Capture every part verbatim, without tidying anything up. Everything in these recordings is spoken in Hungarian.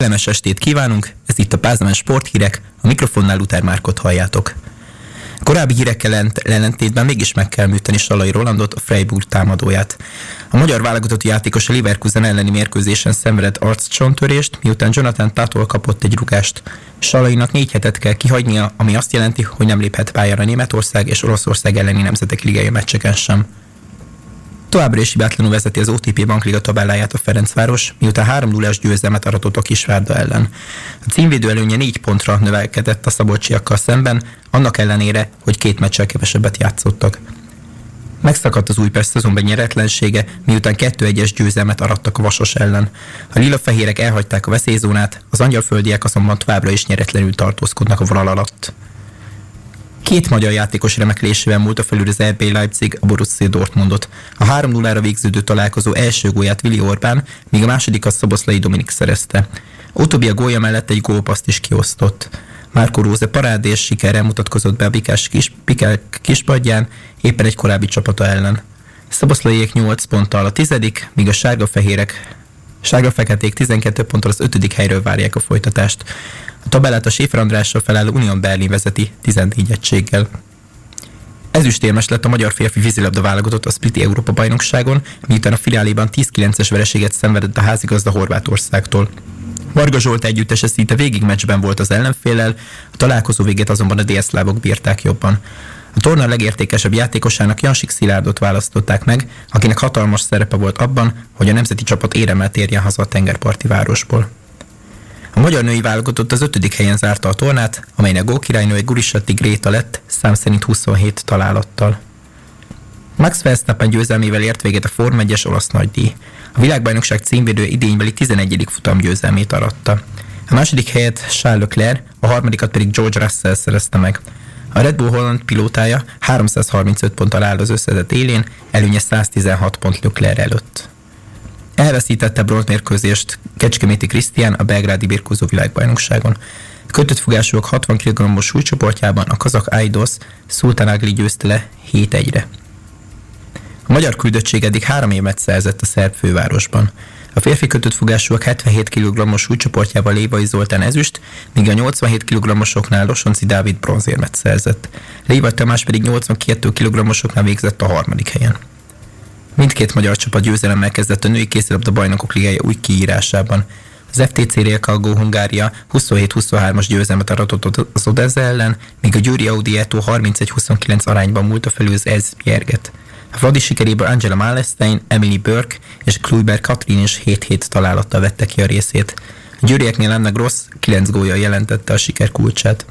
Kellemes estét kívánunk, ez itt a Pázmány Sporthírek, a mikrofonnál Luther Márkot halljátok. A korábbi hírekkel ellentétben mégis meg kell műteni Salai Rolandot, a Freiburg támadóját. A magyar válogatott játékos a Leverkusen elleni mérkőzésen szenvedett arccsontörést, miután Jonathan Tatól kapott egy rugást. Salainak négy hetet kell kihagynia, ami azt jelenti, hogy nem léphet pályára Németország és Oroszország elleni nemzetek ligája meccseken sem. Továbbra is hibátlanul vezeti az o té pé Bankliga tabelláját a Ferencváros, miután három nullás győzelmet aratott a Kisvárda ellen. A címvédő előnye négy pontra növelkedett a szabolcsiakkal szemben, annak ellenére, hogy két meccsel kevesebbet játszottak. Megszakadt az Újpest szezonban nyeretlensége, miután kettő egyes győzelmet arattak a Vasas ellen. A lilafehérek elhagyták a veszélyzónát, az angyalföldiek azonban továbbra is nyeretlenül tartózkodnak a vonal alatt. Két magyar játékos remeklésével múlta felül az er bé Leipzig a Borussia Dortmundot. A három nullára végződő találkozó első gólját Willi Orbán, míg a másodikat Szoboszlai Dominik szerezte. Utóbbi a gólja mellett egy gólpaszt is kiosztott. Márko Róze parádés sikerrel mutatkozott be a Bikás kis, Pikák kispadján, éppen egy korábbi csapata ellen. Szoboszlaiék nyolc ponttal a tizedik, míg a sárga-fehérek, sárga-feketék tizenkét ponttal az ötödik helyről várják a folytatást. A tabellát a Séfer Andrással felálló Union Berlin vezeti tizennégy egységgel. Ezüstérmes lett a magyar férfi vízilabda válogatott a Spliti Európa bajnokságon, miután a fináléban tíz kilences vereséget szenvedett a házigazda Horvátországtól. Varga Zsolt együttese szinte végig meccsben volt az ellenféllel, a találkozó végét azonban a délszlávok bírták jobban. A torna legértékesebb játékosának Jansik Szilárdot választották meg, akinek hatalmas szerepe volt abban, hogy a nemzeti csapat éremmel térjen haza a tengerparti városból. A magyar női válogatott az ötödik helyen zárta a tornát, amelynek gólkirálynő egy Gurisatti Gréta lett, szám szerint huszonhét találattal. Max Verstappen győzelmével ért véget a Forma egyes olasz nagydíj. A világbajnokság címvédő idénybeli tizenegyedik futamgyőzelmét aratta. A második helyet Charles Leclerc, a harmadikat pedig George Russell szerezte meg. A Red Bull holland pilótája háromszázharmincöt ponttal áll az összezet élén, előnye száztizenhat pont Leclerc előtt. Elveszítette bronzmérkőzést Kecskeméti Krisztián a belgrádi birkózó világbajnokságon. A kötött fogásúak hatvan kilogrammos súlycsoportjában a kazak Aidos Sultanagli győzte le hét egyre. A magyar küldöttség eddig három évet szerzett a szerb fővárosban. A férfi kötött fogásúak hetvenhét kilogrammos súlycsoportjában Lévai Zoltán ezüst, míg a nyolcvanhét kilogrammosoknál Losonci Dávid bronzérmet szerzett. Lévai Tamás pedig nyolcvankét kilogrammosoknál végzett a harmadik helyen. Mindkét magyar csapat győzelemmel kezdett a női kézilabda bajnokok ligája új kiírásában. Az ef té cé Rélkalgó Hungária huszonhét huszonhármas győzelmet aratott az Odessa ellen, míg a Győri Audi Eto harmincegy huszonkilenc arányban múlta felül az Esbjerget. A Fradi sikeréből Angela Malestein, Emily Burke és Kluiber Katrin is hét-hét találattal vette ki a részét. A győrieknél Anna Gross kilenc góljal jelentette a siker kulcsát.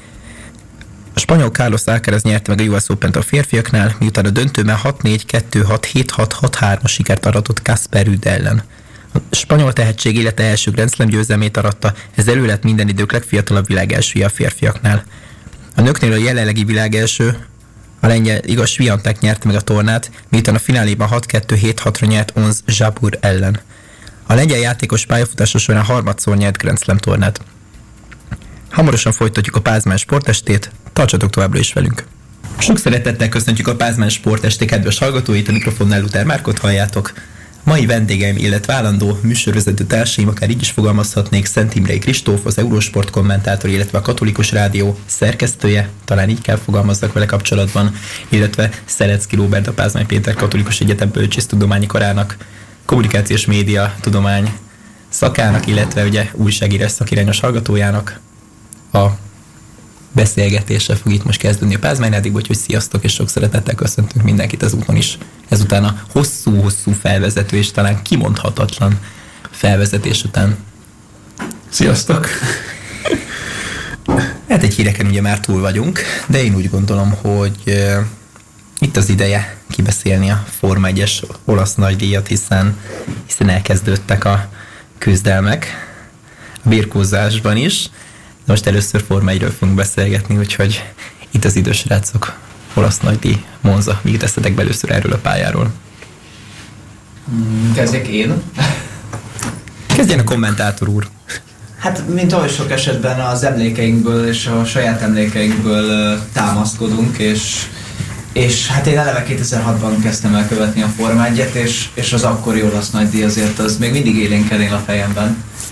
A spanyol Carlos Alcaraz nyerte meg a u es Opent a férfiaknál, miután a döntőben hat négy kettő hat hét hat hat három sikert aratott Casper Ruud ellen. A spanyol tehetség élete első Grand Slam győzelmét aratta, ez elő lett minden idők legfiatalabb világelsője a férfiaknál. A nőknél a jelenlegi világelső, a lengyel Igor Swiatek nyerte meg a tornát, miután a fináléban hat kettő hét hatra nyert Ons Jabeur ellen. A lengyel játékos pályafutása során harmadszor nyert Grand Slam tornát. Hamarosan folytatjuk a Pázmány Sportestét, tartsatok továbbra is velünk! Sok szeretettel köszöntjük a Pázmány Sportesté kedves hallgatóit, a mikrofonnál Luther Márkot halljátok. Mai vendégeim, illetve állandó műsorvezető társaim, akár így is fogalmazhatnék, Szent Imrei Kristóf, az Eurosport kommentátor, illetve a Katolikus Rádió szerkesztője, talán így kell fogalmazzak vele kapcsolatban, illetve Szerecki Róbert, a Pázmány Péter Katolikus Egyetem Bölcsésztudományi Karának, kommunikációs média tudomány szakának, illetve ugye újságírás szakirányos hallgatójának. A beszélgetéssel fog itt most kezdődni a Pázmány Rádióban, úgyhogy sziasztok, és sok szeretettel köszöntünk mindenkit ezúton is. Ezután a hosszú-hosszú felvezető és talán kimondhatatlan felvezetés után. Sziasztok! Hát egy híreken ugye már túl vagyunk, de én úgy gondolom, hogy uh, itt az ideje kibeszélni a Forma egyes olasz nagydíjat, hiszen, hiszen elkezdődtek a küzdelmek a birkózásban is. Most először Forma egyről fogunk beszélgetni, úgyhogy itt az idős srácok, olasz nagydíj, Monza. Mit tesztetek be először erről a pályáról? Kezdjek én? Kezdjen a kommentátor úr. Hát, mint oly sok esetben az emlékeinkből és a saját emlékeinkből uh, támaszkodunk, és, és hát én eleve kétezer-hatban kezdtem el követni a Forma egyet, és, és az akkori olasz nagydíj azért az még mindig élénken él a fejemben.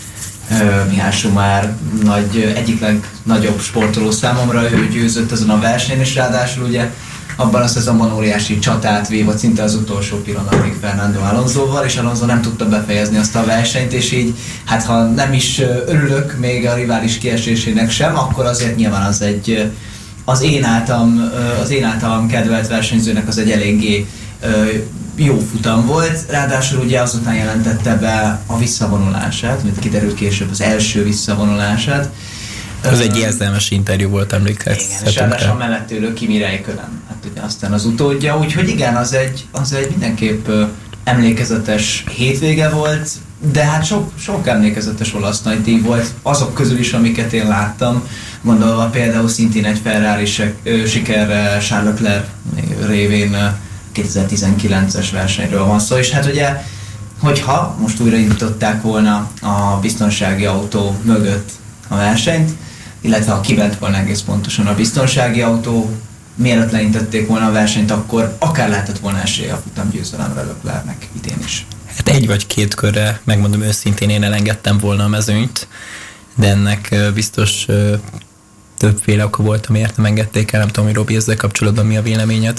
Mihály Schumacher nagy, egyik legnagyobb sportoló számomra, ő győzött ezen a versenyen, és ráadásul ugye abban a szezonban óriási csatát vívott szinte az utolsó pillanatig Fernando Alonsoval, és Alonso nem tudta befejezni azt a versenyt, és így, hát ha nem is örülök még a rivális kiesésének sem, akkor azért nyilván az egy, az én általam, az én általam kedvelt versenyzőnek az egy eléggé jó futam volt, ráadásul ugye azután jelentette be a visszavonulását, mint kiderült később az első visszavonulását. Ez egy érzelmes interjú volt, emlékeztetek. Igen, és ráadásul mellett ülő Kimi Räikkönen, hát ugye aztán az utódja, úgyhogy igen, az egy, az egy mindenképp emlékezetes hétvége volt, de hát sok, sok emlékezetes olasz nagydíj volt, azok közül is, amiket én láttam, gondolva például szintén egy Ferrari sikerre Charles Leclerc révén kétezer-tizenkilences versenyről van szó, és hát ugye, hogyha most újraindították volna a biztonsági autó mögött a versenyt, illetve ha kiment volna egész pontosan a biztonsági autó, mielőtt leintették volna a versenyt, akkor akár lehetett volna esélye a futamgyőzelemre Leclercnek idén is. Hát egy vagy két körre, megmondom őszintén, én elengedtem volna a mezőnyt, de ennek biztos többféle oka volt, amiért nem engedték el. Nem tudom, hogy Robi, ezzel kapcsolatban mi a véleményed?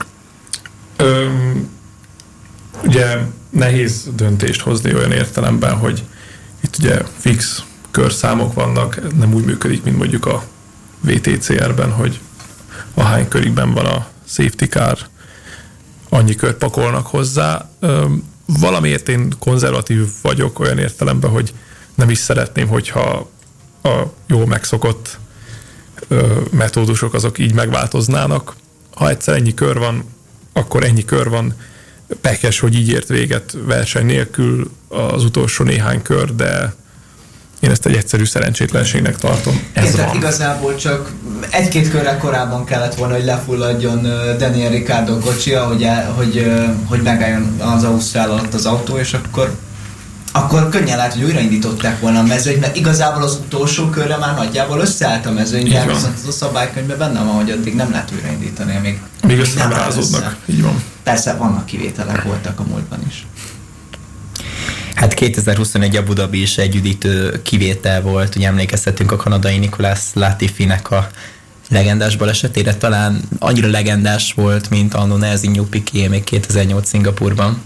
Öm, ugye nehéz döntést hozni olyan értelemben, hogy itt ugye fix körszámok vannak, nem úgy működik, mint mondjuk a vé té cé er-ben, hogy ahány körigben van a safety car, annyi kört pakolnak hozzá. Öm, valamiért én konzervatív vagyok olyan értelemben, hogy nem is szeretném, hogyha a jól megszokott ö, metódusok azok így megváltoznának. Ha egyszer ennyi kör van, akkor ennyi kör van, pekes, hogy így ért véget verseny nélkül az utolsó néhány kör, de én ezt egy egyszerű szerencsétlenségnek tartom. Ez Igen, van. Igazából csak egy-két körrel korábban kellett volna, hogy lefulladjon Daniel Ricciardo kocsia, hogy, hogy, hogy megálljon az Ausztrál alatt az autó, és akkor akkor könnyen lehet, hogy újraindították volna a mezőnyt, mert igazából az utolsó körre már nagyjából összeállt a mezőny, de viszont az a szabálykönyvben benne van, hogy addig nem lehet újraindítani, amíg még össze nem rázódnak. Így van. Persze vannak kivételek, voltak a múltban is. Hát kétezer-huszonegy Abu Dhabi is egy üdítő kivétel volt, ugye emlékeztetünk a kanadai Nicolas Latifinek a legendás balesetére, talán annyira legendás volt, mint anno Nelsinho Piquet még kétezer-nyolc Szingapurban.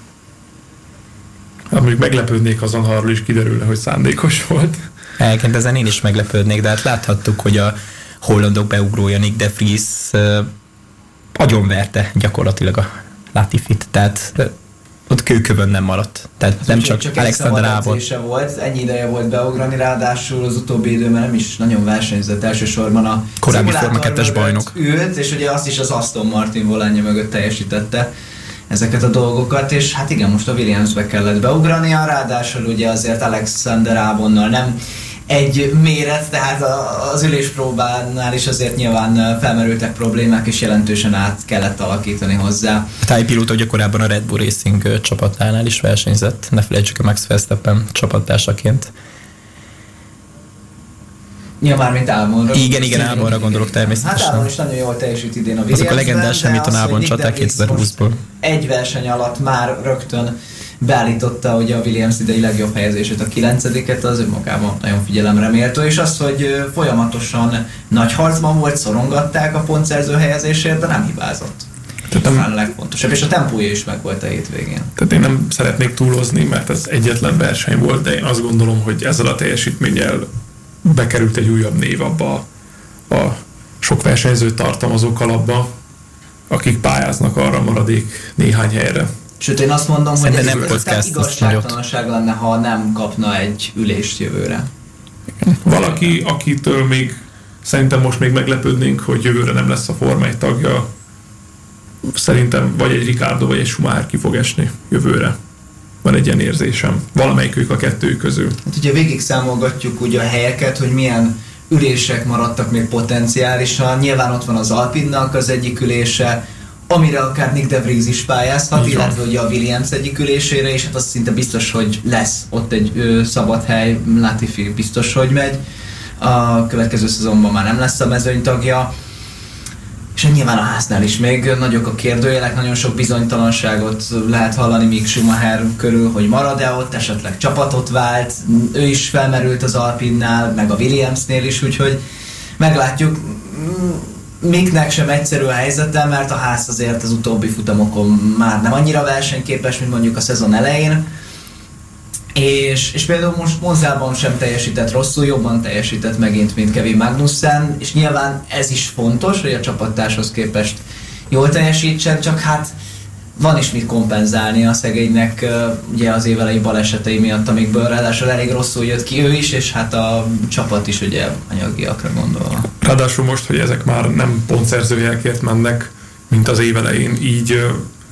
Hát mondjuk meglepődnék azon, ha arról is kiderülne, hogy szándékos volt. Egyébként ezen én is meglepődnék, de hát láthattuk, hogy a hollandok beugrója Nick de Vries uh, agyonverte gyakorlatilag a Latifit, tehát uh, ott kőkövön nem maradt. Tehát hát nem csak, csak Alexander Albon. Volt, ennyi ideje volt beugrani, ráadásul az utóbbi időben nem is nagyon versenyzett, elsősorban a korábbi Forma kettes bajnok ült, és ugye azt is az Aston Martin volánja mögött teljesítette ezeket a dolgokat, és hát igen, most a Williamsbe kellett beugrania, ráadásul ugye azért Alexander Albonnal nem egy méret, tehát az üléspróbánál is azért nyilván felmerültek problémák, és jelentősen át kellett alakítani hozzá. A tájpilóta ugye korábban a Red Bull Racing csapatánál is versenyzett, ne felejtsük a Max Verstappen csapattársaként. Nyilván, mint Albonra. Igen, igen, Albonra gondolok természetesen. Hát Albon is nagyon jól teljesít idén a Williamsben. Azok a legendás Hamilton Albon csaták kétezer-húszból. Egy verseny alatt már rögtön beállította ugye a Williams idei legjobb helyezését, a kilencediket, az önmagában nagyon figyelemre méltó, és az, hogy folyamatosan nagy harcban volt, szorongatták a pontszerző helyezésért, de nem hibázott. Tehát nem, a legfontosabb, és a tempója is meg volt a hétvégén. Tehát én nem szeretnék túlozni, mert ez egyetlen verseny volt, de én azt gondolom, hogy ezzel a teljesítménnyel bekerült egy újabb név abba a sok versenyzőt tartalmazó kalapba, akik pályáznak arra maradék néhány helyre. Sőt, én azt mondom, szerintem hogy nem ez igazságtalanság lenne, ha nem kapna egy ülést jövőre. Valaki, akitől még szerintem most még meglepődnénk, hogy jövőre nem lesz a Forma egy tagja, szerintem vagy egy Ricciardo, vagy egy Schumacher ki fog esni jövőre. Van egy ilyen érzésem. Valamelyikük a kettő közül. Hát ugye végig számolgatjuk ugye a helyeket, hogy milyen ülések maradtak még potenciálisan. Nyilván ott van az Alpinnak az egyik ülése, amire akár Nick de Vries is pályázhat, így illetve ugye a Williams egyik ülésére, és hát az szinte biztos, hogy lesz ott egy ö, szabad hely, Latifi biztos, hogy megy. A következő szezonban már nem lesz a mezőny tagja. és nyilván a háznál is még nagyok a kérdőjelek, nagyon sok bizonytalanságot lehet hallani Mick Schumacher körül, hogy marad-e ott, esetleg csapatot vált, ő is felmerült az Alpinnál, meg a Williamsnél is, úgyhogy meglátjuk. Micknek sem egyszerű a helyzete, mert a ház azért az utóbbi futamokon már nem annyira versenyképes, mint mondjuk a szezon elején. És, és például most Monzában sem teljesített rosszul, jobban teljesített megint, mint Kevin Magnussen, és nyilván ez is fontos, hogy a csapattárshoz képest jól teljesítsen, csak hát van is mit kompenzálni a szegénynek ugye az évelei balesetei miatt, amikből ráadásul elég rosszul jött ki ő is, és hát a csapat is ugye anyagiakra gondolva. Ráadásul most, hogy ezek már nem pontszerzőjelkért mennek, mint az évelején, így,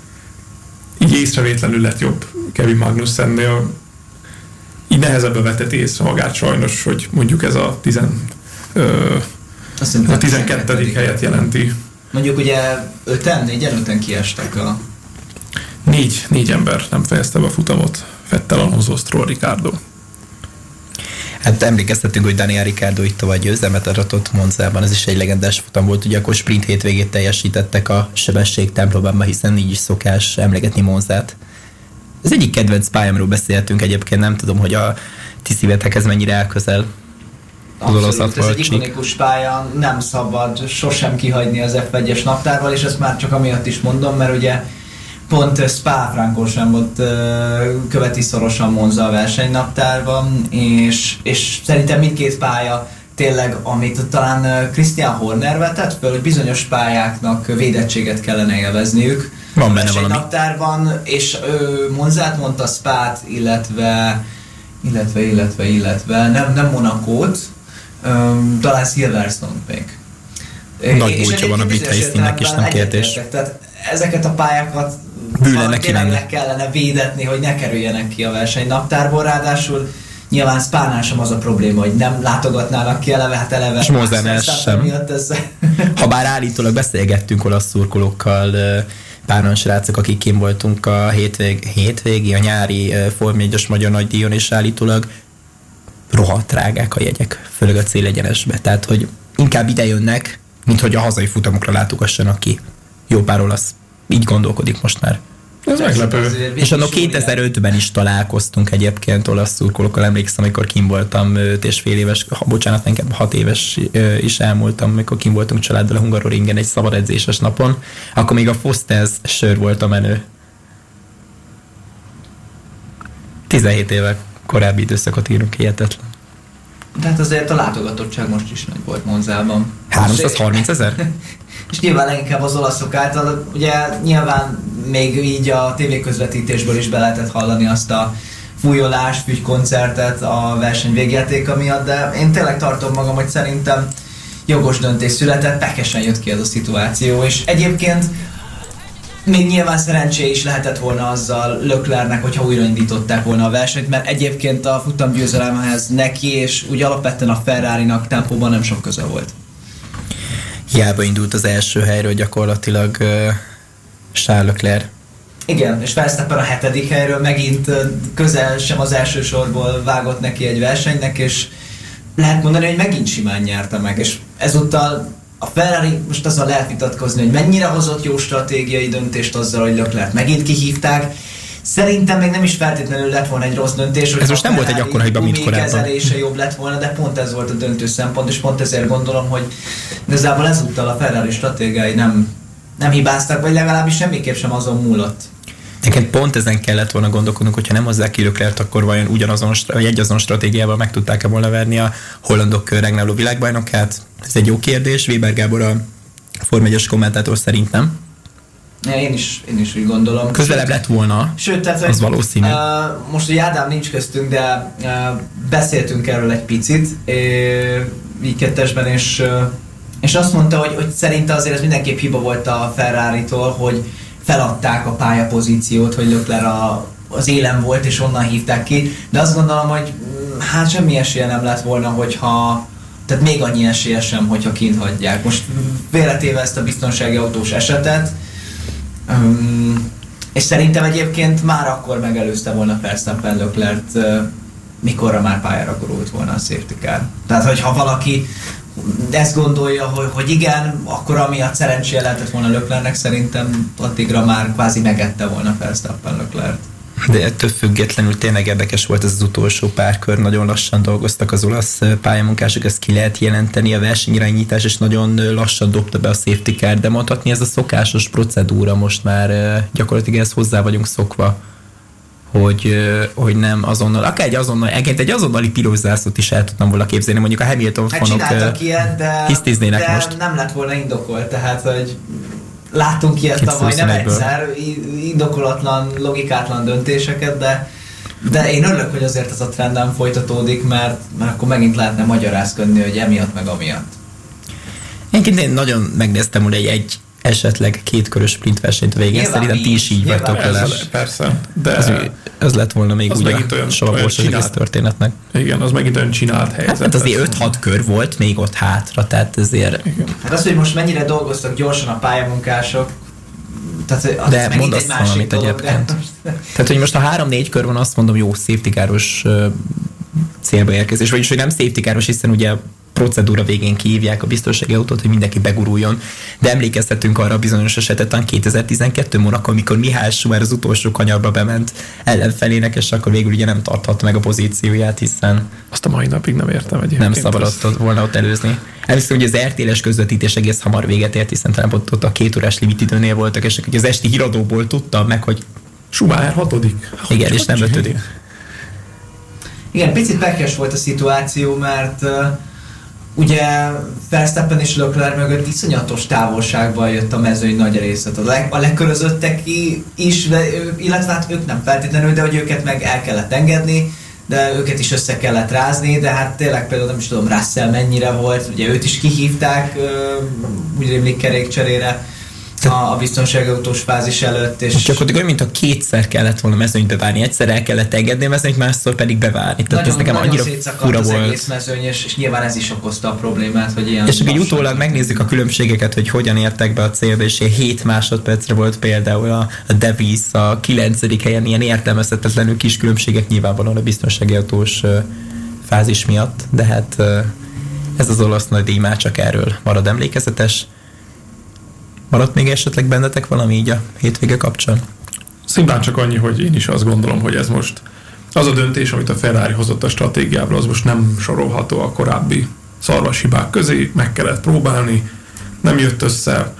így észrevétlenül lett jobb Kevin Magnussennél. Így nehezebben vetett észre magát sajnos, hogy mondjuk ez a, tizen, ö, a tizenkettedik helyet jelenti. Mondjuk ugye öten, négyen, öten kiestek a... Négy, négy ember nem fejezte be a futamot. Vettel, Alonso, Stroll, Ricciardo. Hát emlékeztetünk, hogy Daniel Ricciardo itt tovább győzelmet aratott Monzában, ez is egy legendás futam volt, ugye akkor sprint hétvégét teljesítettek a sebesség templomban, hiszen így is szokás emlegetni Monzát. Az egyik kedvenc pályámról beszéltünk egyébként, nem tudom, hogy a ti szívetekhez mennyire elközel az Abszolút, ez egy ikonikus pálya, nem szabad sosem kihagyni az ef egyes naptárval, és ezt már csak amiatt is mondom, mert ugye pont Spa-Francorchamps-ot követi szorosan Monza a versenynaptárban, és, és szerintem mindkét pálya tényleg, amit talán Christian Horner vetett föl, hogy bizonyos pályáknak védettséget kellene élvezniük. Van benne valami. Naptárban, és ő Monzát mondta, Spát, illetve illetve, illetve, illetve, nem, nem Monacót, um, talán Silverstone-t még. Nagy múltja van a brit helyszínnek is, nem kérdés. Tehát ezeket a pályákat tényleg kellene védetni, hogy ne kerüljenek ki a versenynaptárból, ráadásul nyilván Spánál sem az a probléma, hogy nem látogatnának ki eleve, hát eleve. És Monzánál sem. Ez... Ha bár állítólag beszélgettünk olasz szurkolókkal, páran srácok, akik kim voltunk a hétvég, hétvégi, a nyári Forma egyes magyar nagydíjon, és állítólag rohadt drágák a jegyek, főleg a célegyenesbe. Tehát, hogy inkább ide jönnek, mint hogy a hazai futamokra látogassanak ki. Jó pár olasz így gondolkodik most már. Ez meglepő. És annak kétezer-ötben is találkoztunk egyébként olasz szurkolókkal, emlékszem, amikor kim voltam öt és fél éves, ha, bocsánat, nekem hat éves is elmúltam, amikor kim voltunk családdal a Hungaroringen egy szabad edzéses napon, akkor még a Foster's sör volt a menő. tizenhét éve korábbi időszakot írunk, hihetetlen. De hát azért a látogatottság most is nagy volt Monzában. háromszázharminc ezer? És nyilván leginkább az olaszok által, ugye nyilván még így a tévéközvetítésből is be lehetett hallani azt a fújolás, fügykoncertet a verseny végjátéka miatt, de én tényleg tartom magam, hogy szerintem jogos döntés született, pekesen jött ki ez a szituáció, és egyébként még nyilván szerencsé is lehetett volna azzal Leclercnek, hogyha újraindították volna a versenyt, mert egyébként a futamgyőzelemhez neki, és úgy alapvetően a Ferrarinak tempóban nem sok köze volt. Hiába indult az első helyről gyakorlatilag uh, Charles Leclerc. Igen, és Verstappen a hetedik helyről megint uh, közel sem az első sorból vágott neki egy versenynek, és lehet mondani, hogy megint simán nyerte meg, és ezúttal a Ferrari most azzal lehet vitatkozni, hogy mennyire hozott jó stratégiai döntést azzal, hogy Leclerc megint kihívták. Szerintem még nem is feltétlenül lett volna egy rossz döntés, hogy ez most nem volt egy akkora hiba, mint korábban. Kezelése jobb lett volna, de pont ez volt a döntő szempont, és pont ezért gondolom, hogy igazából ezúttal a Ferrari stratégiái nem, nem hibáztak, vagy legalábbis semmiképp sem azon múlott. Nekem pont ezen kellett volna gondolkodnunk, hogyha nem hozzák ki Leclerc, akkor vajon ugyanazon, vagy egyazon stratégiával meg tudták-e volna verni a hollandok regnáló világbajnokát? Ez egy jó kérdés. Weber Gábor, a Forma egyes kommentátor szerint nem. Ja, én is, én is úgy gondolom. Közelebb lett volna, Sőt, tehát, az valószínű. Uh, most ugye Ádám nincs köztünk, de uh, beszéltünk erről egy picit, uh, így kettesben, és, uh, és azt mondta, hogy, hogy szerinte azért ez mindenképp hiba volt a Ferraritól, hogy feladták a pályapozíciót, hogy Leclerc a, az élen volt, és onnan hívták ki, de azt gondolom, hogy hát semmi esélye nem lett volna, hogyha tehát még annyi esélye sem, hogyha kint hagyják. Most véletéve ezt a biztonsági autós esetet, Um, és szerintem egyébként már akkor megelőzte volna Verstappen Leclerc, uh, mikorra már pályára gurult volna a safety car. Tehát, hogyha valaki ezt gondolja, hogy, hogy igen, akkor amiatt szerencséje lehetett volna Leclercnek, szerintem addigra már kvázi megette volna Verstappen Leclerc. De ettől függetlenül tényleg érdekes volt ez az utolsó pár kör, nagyon lassan dolgoztak az olasz pályamunkások, ezt ki lehet jelenteni, a versenyirányítás és nagyon lassan dobta be a safety car, de mondhatni ez a szokásos procedúra, most már gyakorlatilag ezt hozzá vagyunk szokva, hogy, hogy nem azonnal, akár egy azonnal, egy azonnali piros zászlót is el tudtam volna képzelni, mondjuk a Hamilton hát fanok ilyet, de, hisztiznének de most. Nem lett volna indokolt, tehát hogy láttunk ilyet tavaly, nem egyszer, indokolatlan, logikátlan döntéseket, de, de én örülök, hogy azért ez a trend nem folytatódik, mert, mert akkor megint lehetne magyarázkodni, hogy emiatt meg amiatt. Én, én nagyon megnéztem, hogy egy, egy esetleg kétkörös sprint versenyt a végén, szerintem ti is így vagytok vele. Persze, de az, az lett volna még úgy a savapos az egész történetnek. Igen, az megint olyan csinált helyzet. Hát azért öt-hat kör volt még ott hátra, tehát ezért... Igen. Hát az, hogy most mennyire dolgoztak gyorsan a pályamunkások, tehát az de mondd azt valamit egyébként. Tehát, hogy most a három-négy kör van, azt mondom, jó safety car-os uh, célba érkezés, vagyis, hogy nem safety car-os, hiszen ugye procedúra végén kihívják a biztonsági autót, hogy mindenki beguruljon. De emlékeztetünk arra a bizonyos esetet, talán kétezer-tizenkettő Monaco, amikor Mihály Schumacher az utolsó kanyarba bement ellenfelének, és akkor végül ugye nem tarthatta meg a pozícióját, hiszen azt a mai napig nem értem egyébként. Nem szabadott volna ott előzni. Először, hogy az er té el-es közvetítés egész hamar véget ért, hiszen talán ott, ott a két órás limitidőnél voltak, és az esti híradóból tudtam meg, hogy Schumacher hatodik. Igen, hogy és nem ötödik. Igen, picit pekes volt a szituáció, mert uh, ugye Verstappen és Leclerc mögött iszonyatos távolságban jött a mezőny nagy részlet. A, leg, a legkörözöttek is, de, illetve hát ők nem feltétlenül, de hogy őket meg el kellett engedni, de őket is össze kellett rázni, de hát tényleg például nem is tudom Russell mennyire volt, ugye őt is kihívták, uh, úgy rémlik kerékcserére a, a biztonságautós fázis előtt. És gyakorlatilag olyan, mintha kétszer kellett volna mezőnyt bevárni, egyszer el kellett engedni a mezőnyt, másszor pedig bevárni. Tehát nagyon, ez nekem annyira fura az volt. Egész mezőny, és, és nyilván ez is okozta a problémát, hogy ilyen... És akkor utólag megnézzük a különbségeket, hogy hogyan értek be a célba, és ilyen hét másodpercre volt például a, a Davis a kilencedik helyen, ilyen értelmezhetetlenül kis különbségek nyilvánvalóan a biztonsági autós uh, fázis miatt, de hát uh, ez az olasz nagy díj már csak erről marad emlékezetes. Maradt még esetleg bennetek valami így a hétvége kapcsán? Szimplán csak annyi, hogy én is azt gondolom, hogy ez most az a döntés, amit a Ferrari hozott a stratégiából, az most nem sorolható a korábbi szarvashibák közé, meg kellett próbálni, nem jött össze.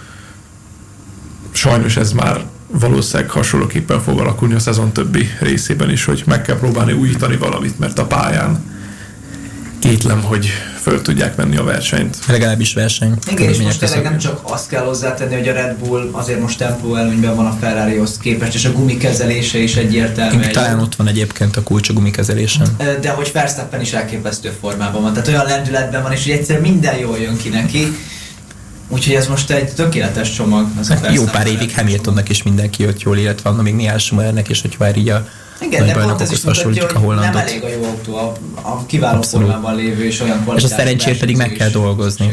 Sajnos ez már valószínűleg hasonlóképpen fog alakulni a szezon többi részében is, hogy meg kell próbálni újítani valamit, mert a pályán kétlem, hogy föl tudják venni a versenyt. Legalábbis verseny. Igen, és most tényleg nem csak azt kell hozzátenni, hogy a Red Bull azért most tempó előnyben van a Ferrarihoz képest, és a gumikezelése is egyértelmű. Egy... Talán ott van egyébként a kulcs a gumikezelésen. De hogy Verstappen is elképesztő formában van, tehát olyan lendületben van, és hogy egyszerűen minden jól jön ki neki. Úgyhogy ez most egy tökéletes csomag. Hát jó pár évig Hamiltonnak is mindenki jött jól, illetve van még Mihály Schumachernek is, hogy már így a igen, de pont ez is mutatja, hogy nem elég a jó autó, a, a kiváló abszolút formában lévő és olyan kvalitású. És a szerencsét pedig meg kell dolgozni.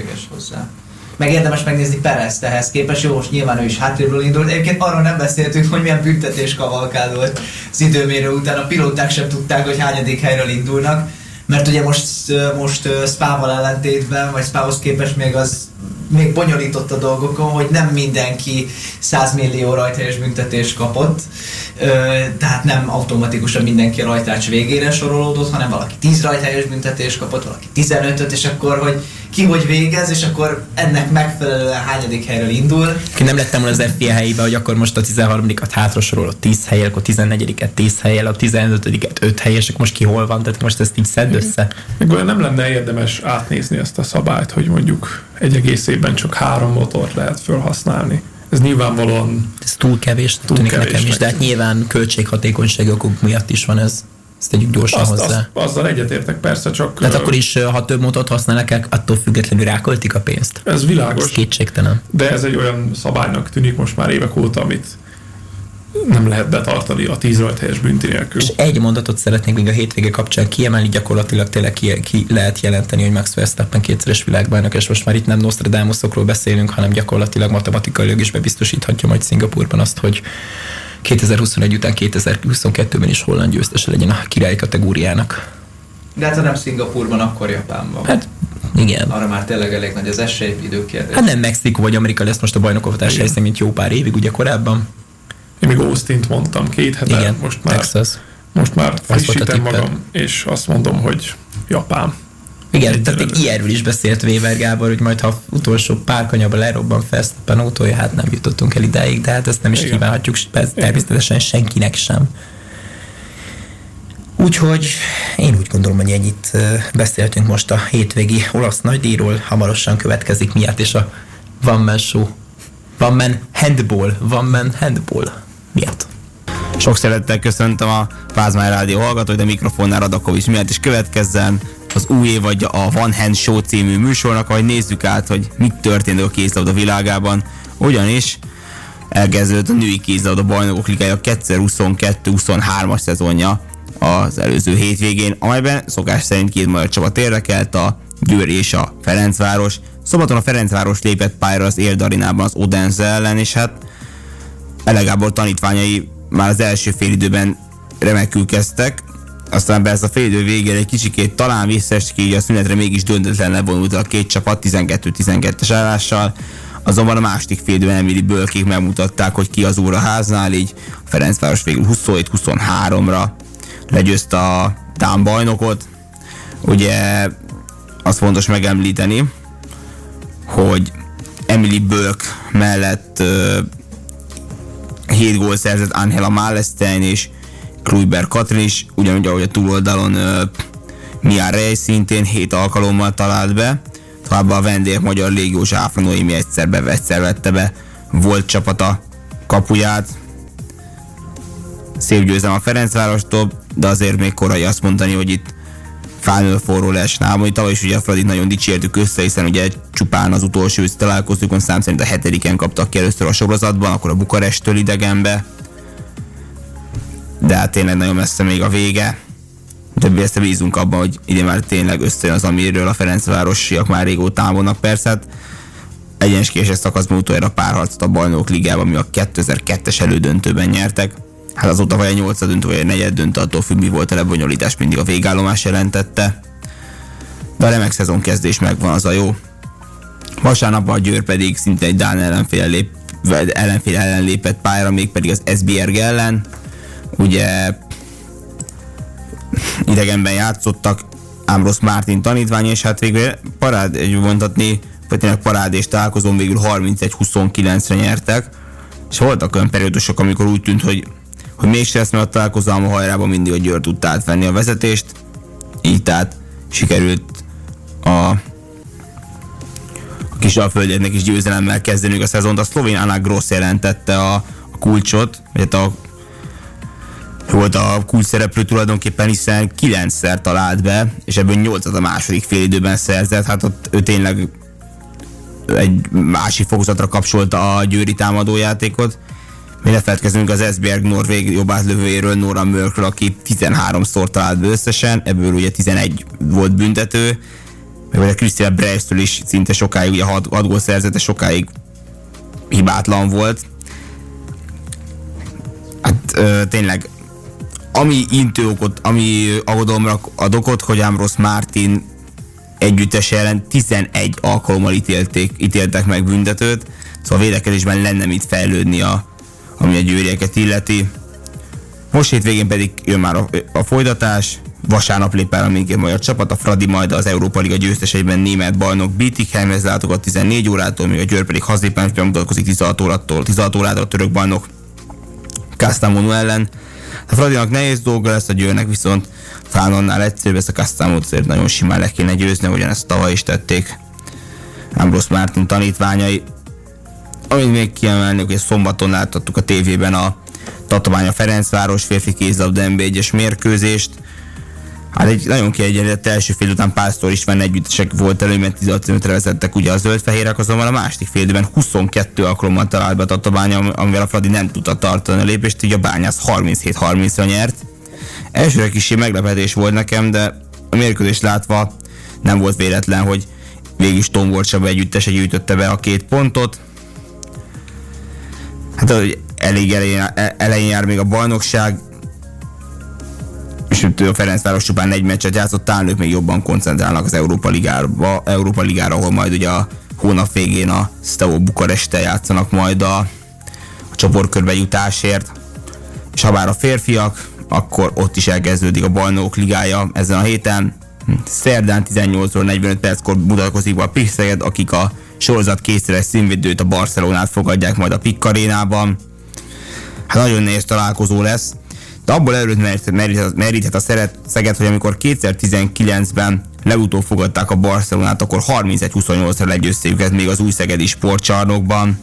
Meg érdemes megnézni Perezt ehhez képest, jó, most nyilván ő is hátrébről indult. Egyébként arról nem beszéltünk, hogy milyen büntetés kavalkád volt az időmérő után. A pilóták sem tudták, hogy hányadik helyről indulnak. Mert ugye most, most Spával ellentétben, vagy Spához képest még az még bonyolított a dolgokon, hogy nem mindenki száz millió rajthelyes büntetést kapott, tehát nem automatikusan mindenki a rajtrács végére sorolódott, hanem valaki tíz rajthelyes büntetést kapott, valaki tizenötöt, és akkor, hogy ki hogy végez, és akkor ennek megfelelően hányadik helyről indul. Ki nem lettem volna az ef i á helyébe, hogy akkor most a tizenharmadikat hátra sorolott tíz helyel, akkor tizennegyediket tíz helyel, a tizenötödiket öt helyel, és most ki hol van, tehát most ezt így szedd össze. Meg olyan nem lenne érdemes átnézni ezt a szabályt, hogy mondjuk egy egész évben csak három motort lehet felhasználni. Ez nyilvánvalóan... Ez túl kevés, túl tűnik kevés nekem is, de hát nyilván költséghatékonysági okok miatt is van ez. Ezt tegyük gyorsan azt, hozzá. Azt, azzal egyetértek persze, csak... Tehát akkor is, ha több motort használnak, attól függetlenül ráköltik a pénzt. Ez világos. Ez kétségtelen. De ez egy olyan szabálynak tűnik most már évek óta, amit nem lehet betartani a tíz rajthelyes bünti nélkül. És egy mondatot szeretnék még a hétvége kapcsán kiemelni, gyakorlatilag tényleg ki, ki lehet jelenteni, hogy Max Verstappen kétszeres világbajnok, és most már itt nem Nostradamusokról beszélünk, hanem gyakorlatilag matematikailag is bebiztosíthatja majd Szingapúrban azt, hogy kétezer-huszonegy után kétezer-huszonkettőben is holland győztese legyen a királyi kategóriának. De hát ha nem Szingapúrban, akkor Japánban. Hát Igen. Arra már tényleg elég nagy az esély, időkérdés. Hát nem Mexikó vagy Amerika lesz most a bajnokovatás helyszín, mint jó pár évig, ugye korábban. Én még Austin-t mondtam két hete, igen, most már, Texas. most már frissítem magam, és azt mondom, hogy Japán. Igen, tehát ilyenről is beszélt Weber Gábor, hogy majd ha utolsó pár kanyarba lerobban Verstappen autója, hát nem jutottunk el idáig, de hát ezt nem is igen. kívánhatjuk természetesen senkinek sem. Úgyhogy én úgy gondolom, hogy ennyit beszéltünk most a hétvégi olasz nagydíjról, hamarosan következik miatt, és a One Man Show, One Man Handball, One Man Handball miatt. Sok szeretettel köszöntöm a Pázmány Rádió hallgatóit, de mikrofonnál Radakovics miatt is következzen az új évadja a One Hand Show című műsornak, ahogy nézzük át, hogy mit történt a kézilabda világában, ugyanis elkezdődött a női kézilabda bajnokok ligája kétezer-huszonkettő huszonhármas szezonja az előző hétvégén, amelyben szokás szerint két magyar csapat érdekelt, a Győr és a Ferencváros. Szombaton a Ferencváros lépett pályára az Érd Arénában az Odense ellen, és hát Ele Gábor tanítványai már az első félidőben remekül kezdtek, aztán persze a félidő végére egy kicsikét talán visszaesik, így a szünetre mégis döntetlen levonult a két csapat tizenkettő tizenkettes állással, azonban a második félidőben Emily Bölkék megmutatták, hogy ki az úr a háznál, így a Ferencváros végül huszonhét huszonháromra legyőzte a dán bajnokot. Ugye azt fontos megemlíteni, hogy Emily Bölk mellett uh, hét gól szerzett Angela Malestein és Kluiber Katrin is, ugyanúgy ahogy a túloldalon uh, Mia Rej szintén hét alkalommal talált be, továbbá a vendég magyar légió Zsáfra Noémi egyszer, be, egyszer vette be volt csapata kapuját. Szép győzelem a Ferencvárostól, de azért még korai azt mondani, hogy itt felnő forró lesnál, hogy tavaly is ugye a Fradit nagyon dicsértük össze, hiszen ugye csupán az utolsó őszi találkozókon szám szerint a hetediken kaptak ki először a sorozatban, akkor a Bukarestől idegenbe, de hát tényleg nagyon messze még a vége. Többé ezt bízunk abban, hogy ide már tényleg összejön az, amiről a Ferencvárosiak már régóta álmodnak. Persze, hát egyeneskéses szakaszban utoljára párharcot a Bajnokok Ligában, ami a kétezer-kettes elődöntőben nyertek. Hát azóta vagy a nyolcad döntő, vagy a negyed döntő, attól függ, mi volt a lebonyolítás, mindig a végállomás jelentette. De a remek szezonkezdés megvan, az a jó. Vasárnap a Győr pedig szinte egy dán ellenfél, lép, ellenfél ellen lépett pályára, mégpedig az Esbjerg ellen. Ugye idegenben játszottak, Ámrosz Mártin tanítvány, és hát végül parád, egy mondhatni, vagy tényleg parádés találkozón végül harmincegy huszonkilencre nyertek, és voltak olyan periódusok, amikor úgy tűnt, hogy, hogy mégse lesz meg a találkozó, a hajrában mindig a Győr tudta átvenni a vezetést, így tehát sikerült a, a kis alföldieknek is győzelemmel kezdenünk a szezont. A szlovén Anna Gross jelentette a, a kulcsot, vagy a volt a kulcs szereplő tulajdonképpen, hiszen kilencszer talált be, és ebből nyolcat a második félidőben szerzett, hát ott ő tényleg egy másik fokozatra kapcsolta a győri támadójátékot. Mi ne feledkezzünk az Esbjerg norvég jobbátlövőjéről, Nora Mörkről, aki tizenháromszor talált be összesen, ebből ugye tizenegy volt büntető, meg a Christina Breistől is szinte sokáig, ugye hat gól szerzett, de sokáig hibátlan volt. Hát ö, tényleg ami intő okot, ami aggodalomra ad okot, hogy Ámrosz Mártin együttes ellen tizenegy alkalommal ítélték, ítéltek meg büntetőt, szóval a védekezésben lenne mit fejlődni, a, ami a győrieket illeti. Most hétvégén pedig jön már a, a folytatás, vasárnap lép el a mindkét magyar csapat, a Fradi majd az Európa Liga győzteseiben német bajnok Bietigheimhez látogat tizennégy órától, míg a Győr pedig hazépán bemutatkozik tizenhat órától, tizenhat órától a török bajnok Kastamonu ellen. A Fradinak nehéz dolga lesz, a Győrnek viszont talán annál egyszerűbb, ezt a Kastamót azért nagyon simán le kéne győzni, ahogyan ezt tavaly is tették Ámrosz Mártin tanítványai. Amit még kiemelnék, hogy szombaton láthattuk a tévében a Tatabánya Ferencváros férfi kézilabda en bé egyes mérkőzést. Hát egy nagyon kiegyenlített első fél után Pásztor István együttesek volt elő, mert tizenötre vezettek ugye a zöldfehérek, azonban a második fél időben huszonkettő alkalommal talált be a Tatabánya, amivel a Fradi nem tudta tartani a lépést, így a Bányász harminchét harmincra nyert. Elsőre kicsi meglepetés volt nekem, de a mérkőzést látva nem volt véletlen, hogy végül is Tomborg Csaba együttese gyűjtötte be a két pontot. Hát elég elején, elején jár még a bajnokság, és a Ferencváros csupán egy meccset játszott, talán ők még jobban koncentrálnak az Európa Ligára, Európa Ligára, ahol majd ugye a hónap végén a Steaua Bukaresttel játszanak majd a, a csoportkörbe jutásért. És ha bár a férfiak, akkor ott is elkezdődik a Bajnokok Ligája ezen a héten. Szerdán tizennyolc óra negyvenöt perckor mutatkozik be a Pik Szeged, akik a sorozat kétszeres színvédőt, a Barcelonát fogadják majd a Pik Arénában. Hát nagyon nehéz találkozó lesz, de abból előtt meríthet a Szeged, hogy amikor kétezer-tizenkilencben legutóbb fogadták a Barcelonát, akkor harmincegy huszonnyolcra legyőzték őket még az új szegedi sportcsarnokban.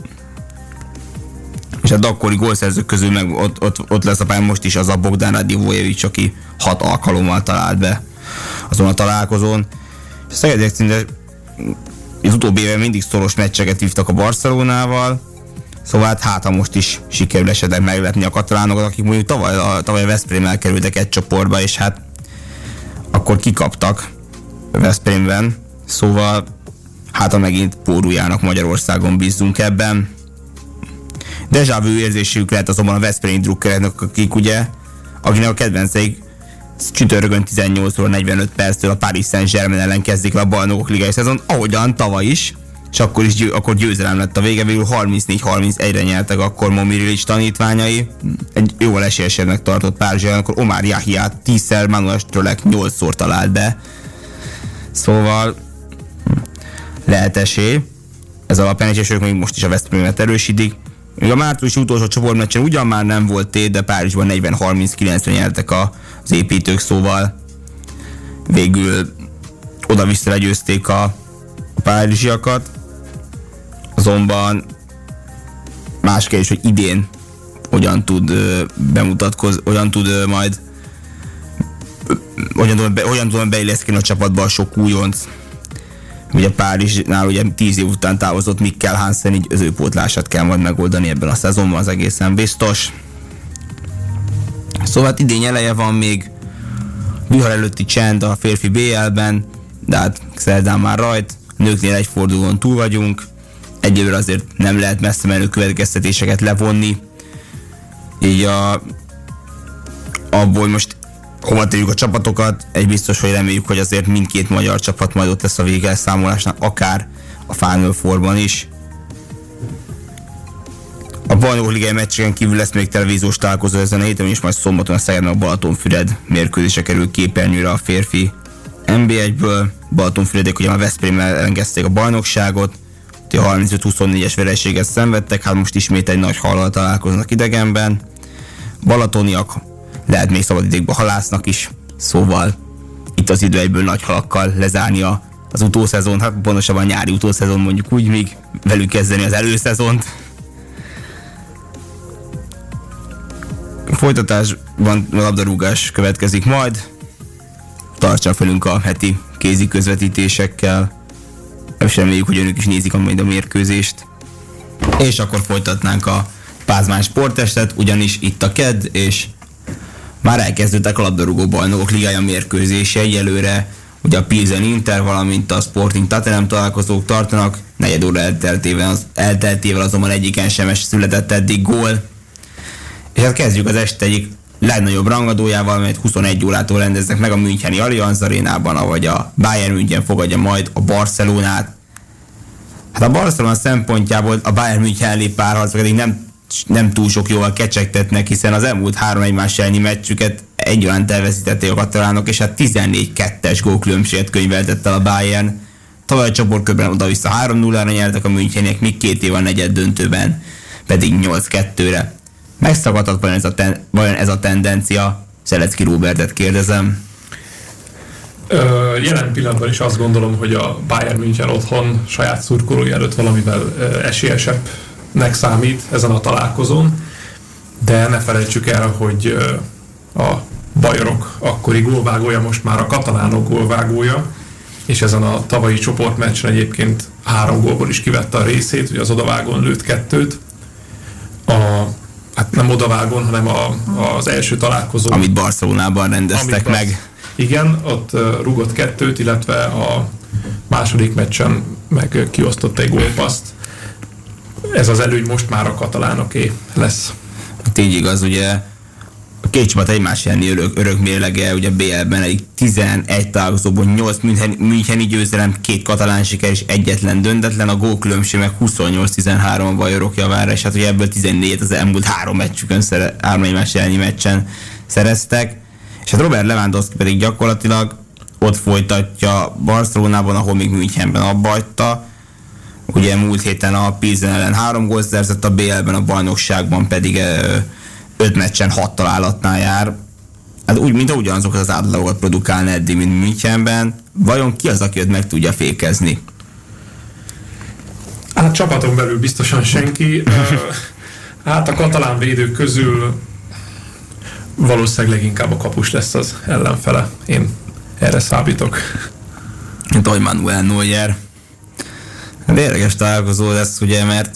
És hát akkori gólszerzők közül meg ott, ott, ott lesz a pályán most is az a Bogdan Radivojevic, aki hat alkalommal talált be azon a találkozón. És a Szegediek szinte az utóbbi évben mindig szoros meccseket vívtak a Barcelonával, szóval hát, hát ha most is sikerül esetleg meglepni a katalánokat, akik mondjuk tavaly a, tavaly a Veszprémmel kerültek egy csoportba, és hát akkor kikaptak Veszprémben, szóval hát ha megint póruljának Magyarországon, bízzunk ebben. Déjà vu érzésük lehet azonban a veszprémi drukkereknek, akik ugye, akinek a kedvenceik csütörtökön tizennyolc óra negyvenöt perctől a Paris Saint-Germain ellen kezdik le a Bajnokok Ligája szezon, ahogyan tavaly is, és akkor is akkor győzelem lett a vége, végül harmincnégy harmincegyre nyertek akkor Momirilic tanítványai, egy jóval esélyesebbnek tartott Párizs ellen, akkor Omar Yahiát tízszer, Manuel Strölek nyolcszor talált be. Szóval lehet esély. Ez alapján, és ők még most is a Veszprémet erősítik. Még a márciusi utolsó csoportmeccsen ugyan már nem volt tét, de Párizsban negyven harminckilencre nyertek az építők, szóval végül oda-vissza legyőzték a párizsiakat. Azonban más kérdés, hogy idén hogyan tud bemutatkozni, hogyan tud majd hogyan tud, be, hogyan tud beilleszkedni a csapatba a sok újonc. Ugye Párizsnál ugye tíz év után távozott Mikkel Hansen, így az ő pótlását kell majd megoldani ebben a szezonban, az egészen biztos. Szóval hát idény eleje van még, vihar előtti csend a férfi bé el-ben, de hát szerdán már rajt, a nőknél egy fordulón túl vagyunk, egyelőre azért nem lehet messze menő következtetéseket levonni, így a, abból most hova tegyük a csapatokat, egy biztos, hogy reméljük, hogy azért mindkét magyar csapat majd ott lesz a végelszámolásnak, akár a Final Fourban is. A Bajnokok Ligája meccseken kívül lesz még televíziós találkozó ezen a héten, és majd szombaton a Szegeden a Balatonfüred mérkőzése kerül képernyőre a férfi en bé egyből. Balatonfüredek ugye már Veszprémmel elengedték a bajnokságot, a harmincöt huszonnégyes vereséget szenvedtek, hát most ismét egy nagy hallal találkoznak idegenben. Balatoniak lehet még szabadidékben halásznak is, szóval itt az idő egyből nagy halakkal lezárni az utószezon, hát pontosabban a nyári utószezon mondjuk úgy, míg velük kezdeni az előszezont. Folytatásban a labdarúgás következik majd, tartsa felünk a heti kézi közvetítésekkel, és reméljük, hogy önök is nézik majd a mérkőzést. És akkor folytatnánk a Pázmány sporttestet, ugyanis itt a kedd, és már elkezdődtek a labdarúgó bajnokok ligája mérkőzése egyelőre, ugye a Pilsen Inter, valamint a Sporting Tottenham találkozók tartanak, negyed óra elteltével, az, elteltével azonban egyiken sem született eddig gól. És hát kezdjük az este egyik legnagyobb rangadójával, amelyet huszonegy órától rendeznek meg a Müncheni Allianz Arénában, ahogy a Bayern München fogadja majd a Barcelonát. Hát a Barcelona szempontjából a Bayern München ellé párharc pedig nem, nem túl sok jóval kecsegtetnek, hiszen az elmúlt három egymás elleni meccsüket egyaránt elveszítették a katalánok, és hát tizennégy kettes gólkülönbséget könyveltett el a Bayern. Tavaly a csoportkörben oda-vissza három nullára nyertek a Müncheniek, míg két év a negyed döntőben pedig nyolc kettőre. Megszakadhat vajon ez a, ten, vajon ez a tendencia? Szelecki Róbertet kérdezem. Ö, jelen pillanatban is azt gondolom, hogy a Bayern München otthon saját szurkolói előtt valamivel ö, esélyesebbnek számít ezen a találkozón, de ne felejtsük el, hogy ö, a bajorok akkori gólvágója most már a katalánok gólvágója, és ezen a tavalyi csoportmeccsen egyébként három gólból is kivette a részét, ugye az odavágón lőtt kettőt. A hát nem odavágon, hanem a, az első találkozó. Amit Barcelonában rendeztek meg. Barc- igen, ott uh, rugott kettőt, illetve a második meccsen meg kiosztott egy gólpaszt. Ez az előny most már a katalánoké lesz. Hát így igaz, ugye két csapat egymás elleni örök, örök mérlege, ugye bé el-ben egy tizenegy találkozóból nyolc müncheni győzelem, két katalán siker és egyetlen döntetlen, a gólkülönbség meg huszonnyolc tizenhárom a bajorok javára, és hát ugye ebből tizennégyet az elmúlt három meccsükön, három egymás elleni meccsen szereztek, és hát Robert Lewandowski pedig gyakorlatilag ott folytatja Barcelonában, ahol még Münchenben abba hagyta. Ugye múlt héten a Pilsen ellen három gólt szerzett, a bé el-ben a bajnokságban pedig öt meccsen hat találatnál jár. Hát úgy, mint ugyanazokat az átlagokat produkálni eddig, mint Münchenben. Vajon ki az, aki őt meg tudja fékezni? Hát csapaton belül biztosan senki. Hát a katalán védők közül valószínűleg leginkább a kapus lesz az ellenfele. Én erre számítok. Mint ahogy Manuel Neuer. Hát érdekes találkozó lesz, ugye, mert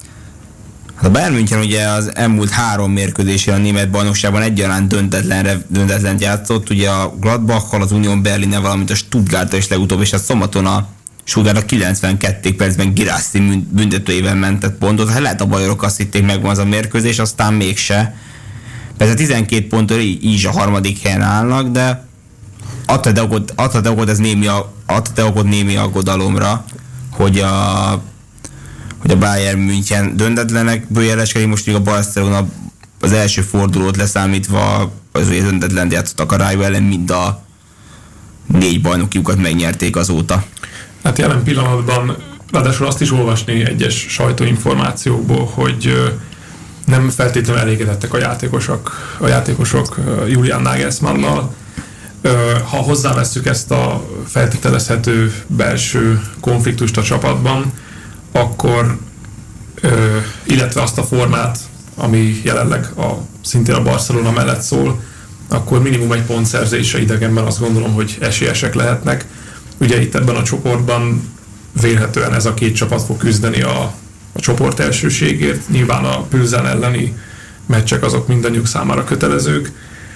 a Bayern München ugye az elmúlt három mérkőzésén a német bajnokságban egyaránt döntetlenre, döntetlent játszott, ugye a Gladbachal, az Union Berlinnel, valamint a Stuttgarttal és legutóbb, és a szombaton a Stuttgart a kilencvenkettő percben Girassi büntetőjével mentett pontot. Hát lehet a bajorok azt hitték, megvan az a mérkőzés, aztán mégse. Persze tizenkét ponttól így, így a harmadik helyen állnak, de adta okot, adta okot ez némi, adta okot némi aggodalomra, hogy a hogy a Bayern München döntetlenekből jeleskedik, most még a Barcelona az első fordulót leszámítva az ugye döntetlen játszottak a Rayo ellen, mind a négy bajnokiukat megnyerték azóta. Hát jelen pillanatban ráadásul azt is olvasni egyes sajtóinformációkból, hogy nem feltétlenül elégedettek a játékosok, a játékosok Julian Nagelsmannnal. Ha hozzávesszük ezt a feltételezhető belső konfliktust a csapatban, akkor, illetve azt a formát, ami jelenleg a, szintén a Barcelona mellett szól, akkor minimum egy pontszerzése idegenben azt gondolom, hogy esélyesek lehetnek. Ugye itt ebben a csoportban vélhetően ez a két csapat fog küzdeni a, a csoport elsőségért. Nyilván a Pilsen elleni meccsek azok mindannyiuk számára kötelezők,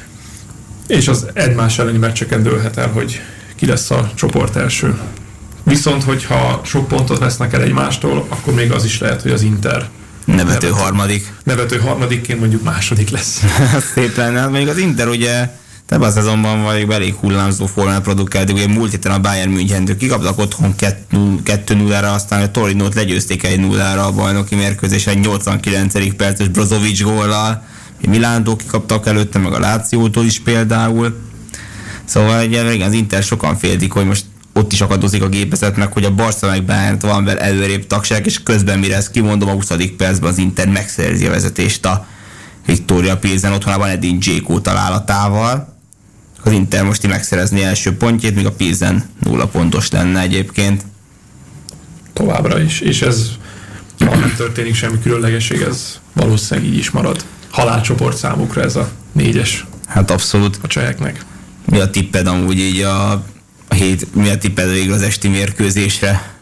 és az egymás elleni meccseken dőlhet el, hogy ki lesz a csoport első. Viszont, hogyha sok pontot vesznek el egymástól, akkor még az is lehet, hogy az Inter nevető, nevető harmadik. Nevető harmadikként mondjuk második lesz. Szép lenne. Még az Inter ugye ebben a szezonban vagy elég hullámzó formát produkált, ugye múlt héten a Bayern Münchentől kikaptak otthon kettő nullára, aztán a Torinót legyőzték egy nullára a bajnoki mérkőzésen nyolcvankilencedik perces Brozovic góllal. Milántól kikaptak előtte, meg a Lációtól is például. Szóval ugye az Inter sokan féltik, hogy most ott is akadozik a gépezet, meg hogy a Barca meg Bayern valamivel előrébb tagság, és közben mire ezt kimondom, a huszadik percben az Inter megszerzi a vezetést a Viktória Pilsen otthonában Edin Dzeko találatával. Az Inter most megszerezni első pontjét, míg a Pilsen nulla pontos lenne egyébként. Továbbra is, és ez, ha nem történik semmi különlegesség, ez valószínűleg így is marad. Halálcsoport számukra ez a négyes. Hát abszolút. A cseheknek. Mi a tipped amúgy így a, a hét, mi a tipped végül az esti mérkőzésre?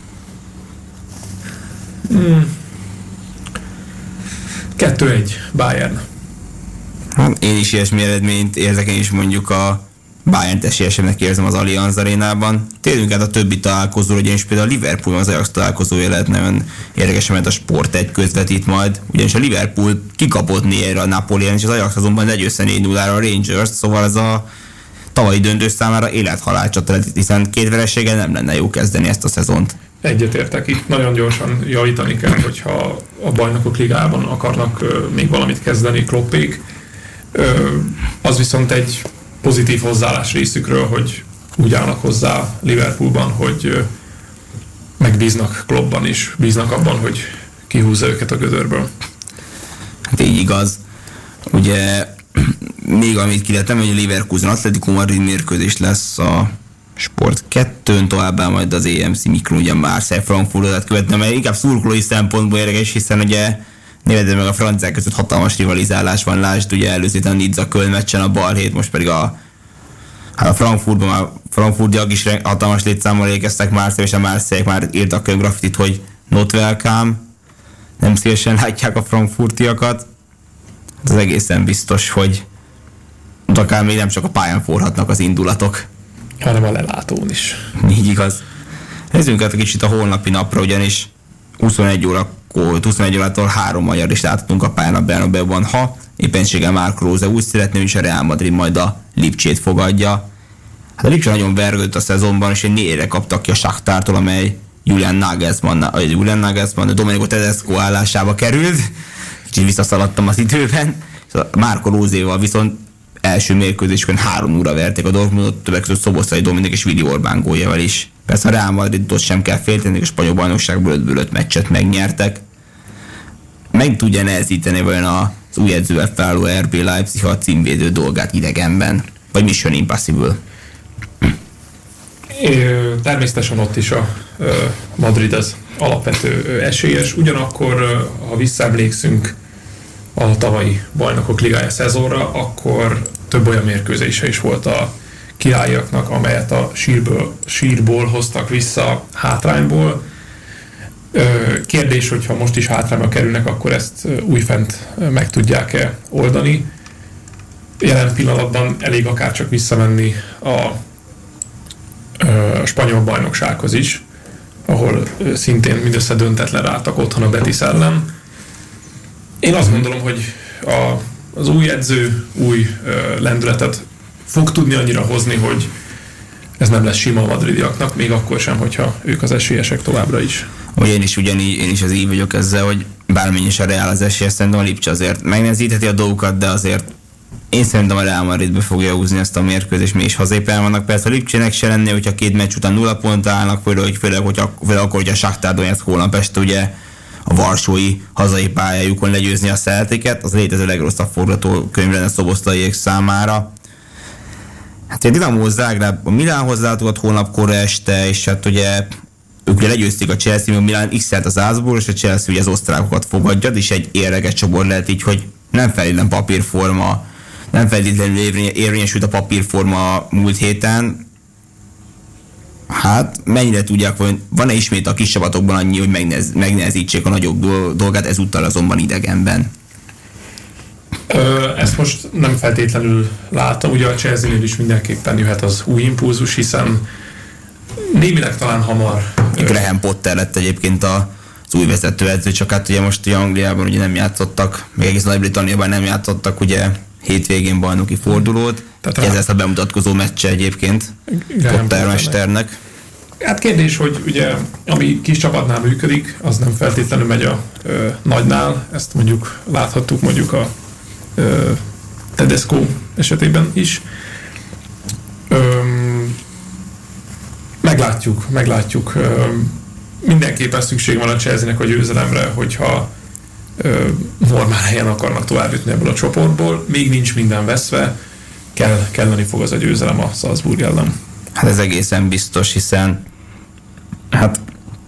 Hmm. kettő egy Bayern. Hát én is ilyesmi eredményt érzek, én is mondjuk a Bayern esélyesebbnek érzem az Allianz Arénában. Térjünk át a többi találkozóra, ugyanis például a Liverpool az Ajax találkozója lehet nagyon érdekes, mert a Sport egy közvetít majd, ugyanis a Liverpool kikapott négyre a Napolien, és az Ajax azonban legyőzte négy nullára a Rangers, szóval ez a tavalyi döntős számára élethalál csata, hiszen két vereséggel nem lenne jó kezdeni ezt a szezont. Egyetértek, itt nagyon gyorsan javítani kell, hogyha a Bajnokok Ligában akarnak még valamit kezdeni Kloppék. Az viszont egy pozitív hozzáállás részükről, hogy úgy állnak hozzá Liverpoolban, hogy megbíznak Kloppban is, bíznak abban, hogy kihúzza őket a gödörből. Hát így igaz. Ugye még amit ki lehet emelni, hogy a Leverkusen Atletico Madrid mérkőzés lesz a Sport kettőn, továbbá majd az á em cé Mikron, ugye Marseille Frankfurtot követne, mert inkább szurkolói szempontból érdekes, hiszen ugye névedve meg a franciák között hatalmas rivalizálás van, lásd, ugye előzőt a Nizza Köln meccsen a balhét, most pedig a, hát a Frankfurtban már Frankfurtiak is hatalmas létszámmal érkeztek Marseille, és a Marseille már írtak könyv graffitit, hogy not welcome, nem szívesen látják a frankfurtiakat. Ez egészen biztos, hogy akár még nem csak a pályán forhatnak az indulatok, hanem a lelátón is. Így igaz. Nézzünk át egy kicsit a holnapi napra, ugyanis huszonegy órakor, huszonegy órától három magyar is láthatunk a pályán a Bernabeuban. Ha éppenséggel Marco Rose úgy szeretné, és a Real Madrid majd a Lipcsét fogadja. Hát a Lipcse nagyon vergődött a szezonban, és egy négyre kaptak ki a Shakhtartól, amely Julian Nagelsmann, vagy Julian Nagelsmann, Domenico Tedesco állásába került. Kicsit visszaszaladtam az időben. Marco Rose-val viszont első mérkőzésben három óra verték a Dortmundot, többek között Szoboszlai Dominik és Vili Orbán góljával is. Persze a Real Madridot sem kell félteni, a spanyol bajnokságból ötből öt meccset megnyertek. Meg tudja nehezíteni vajon az új edzővel felálló er bé Leipzig a címvédő dolgát idegenben? Vagy Mission Impossible? Természetesen ott is a Madrid az alapvető esélyes. Ugyanakkor, ha visszaemlékszünk a tavalyi Bajnokok Ligája szezonra, akkor több olyan mérkőzése is volt a királyiaknak, amelyet a sírból, sírból hoztak vissza hátrányból. Kérdés, hogyha most is hátrányba kerülnek, akkor ezt újfent meg tudják-e oldani. Jelen pillanatban elég akár csak visszamenni a, a spanyol bajnoksághoz is, ahol szintén mindössze döntetlenre álltak otthon a Betis ellen. Én azt gondolom, hogy a, az új edző új ö, lendületet fog tudni annyira hozni, hogy ez nem lesz sima a madridiaknak, még akkor sem, hogyha ők az esélyesek továbbra is. Hogy én is ugyanígy, én is az így vagyok ezzel, hogy bármennyi is a Real az esélyes, szerintem a Lipcse azért megnehezítheti a dolgokat, de azért én szerintem a Real Madridbe fogja húzni ezt a mérkőzést, mi is hazép el vannak. Persze a Lipcsének se lenné, hogyha két meccs után nulla pontra állnak, főleg, főleg, hogyha, főleg akkor, hogy a Shakhtar Donetsk holnap este ugye a varsói hazai pályájukon legyőzni a Celticet, az létező legrosszabb forgatókönyv lenne Szoboszlaiék számára. Hát a Dinamo Zágráb a Milánhoz látogat holnap kora este, és hát ugye ők ugye legyőzték a Chelsea, a Milán x-elt az Salzburg, és a Chelsea ugye az osztrákokat fogadja, és egy érdeges csoport lehet így, hogy nem feltétlenül papírforma, nem feltétlenül érvényesült a papírforma múlt héten. Hát mennyire tudják, hogy van-e ismét a kis csapatokban annyi, hogy megnehez, megnehezítsék a nagyobb dolgát, ezúttal azonban idegenben? Ö, ezt most nem feltétlenül látom, ugye a Chelsea-nél is mindenképpen jöhet az új impulzus, hiszen némileg talán hamar... Graham Potter lett egyébként az új vezetőedző, csak hát ugye most ugye Angliában ugye nem játszottak, még egész Nagy-Britanniában nem játszottak ugye hétvégén bajnoki fordulót. Tehát ez lesz a bemutatkozó meccse egyébként Potter mesternek. Hát kérdés, hogy ugye ami kis csapatnál működik, az nem feltétlenül megy a ö, nagynál, ezt mondjuk láthattuk mondjuk a ö, Tedesco esetében is. Öm, meglátjuk, meglátjuk. Öm, mindenképpen szükség van a Chelsea-nek a győzelemre, hogyha ö, normál helyen akarnak tovább jutni ebből a csoportból. Még nincs minden veszve, kell, kelleni fog az a győzelem a Salzburg ellen. Hát ez egészen biztos, hiszen hát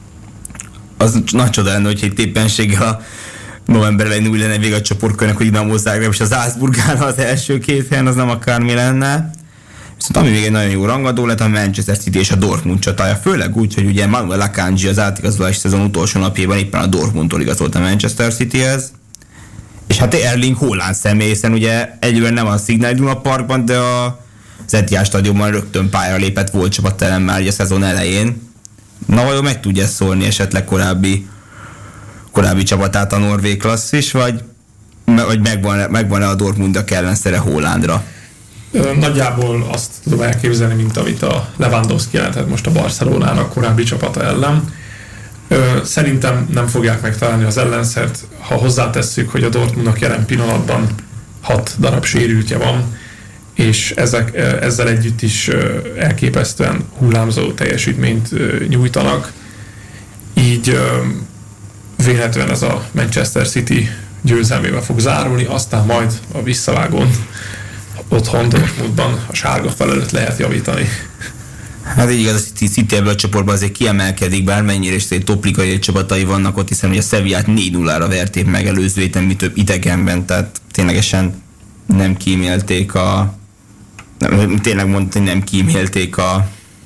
az nagy csoda lenne, hogyha itt éppenséggel a novemberben úgy lenne vége a csoportkörnek, hogy Dinamo Zágráb és az Salzburg áll az első két helyen, az nem akármi lenne. Viszont ami még egy nagyon jó rangadó lett, a Manchester City és a Dortmund csatája, főleg úgy, hogy ugye Manuel Akanji az átigazolási szezon utolsó napjában éppen a Dortmundtól igazolt a Manchester Cityhez. És hát Erling Haaland személy, hiszen ugye egyben nem a Signal Iduna Parkban, de a az Etihad stadionban rögtön pályára lépett volt csapatterem már a szezon elején. Na vajon meg tudja szólni esetleg korábbi, korábbi csapatát a norvég klasszis, vagy, vagy megvan, megvan-e a Dortmund kellenszere Haalandra? Nagyjából azt tudom elképzelni, mint amit a Lewandowski jelentett most a Barcelonának korábbi csapata ellen. Szerintem nem fogják megtalálni az ellenszert, ha hozzátesszük, hogy a Dortmundnak jelen pillanatban hat darab sérültje van, és ezek, ezzel együtt is elképesztően hullámzó teljesítményt nyújtanak. Így véletlenül ez a Manchester City győzelmével fog zárulni, aztán majd a visszavágón otthon Dortmundban a sárga felelőtt lehet javítani. Hát így igaz, a City ebből a csoportban azért kiemelkedik, bármennyire is toplikai csapatai vannak ott, hiszen ugye a Sevillát négy nullára verték meg előző héten, mi több idegenben, tehát ténylegesen nem kímélték a nem, tényleg mondtam, hogy nem kímélték a,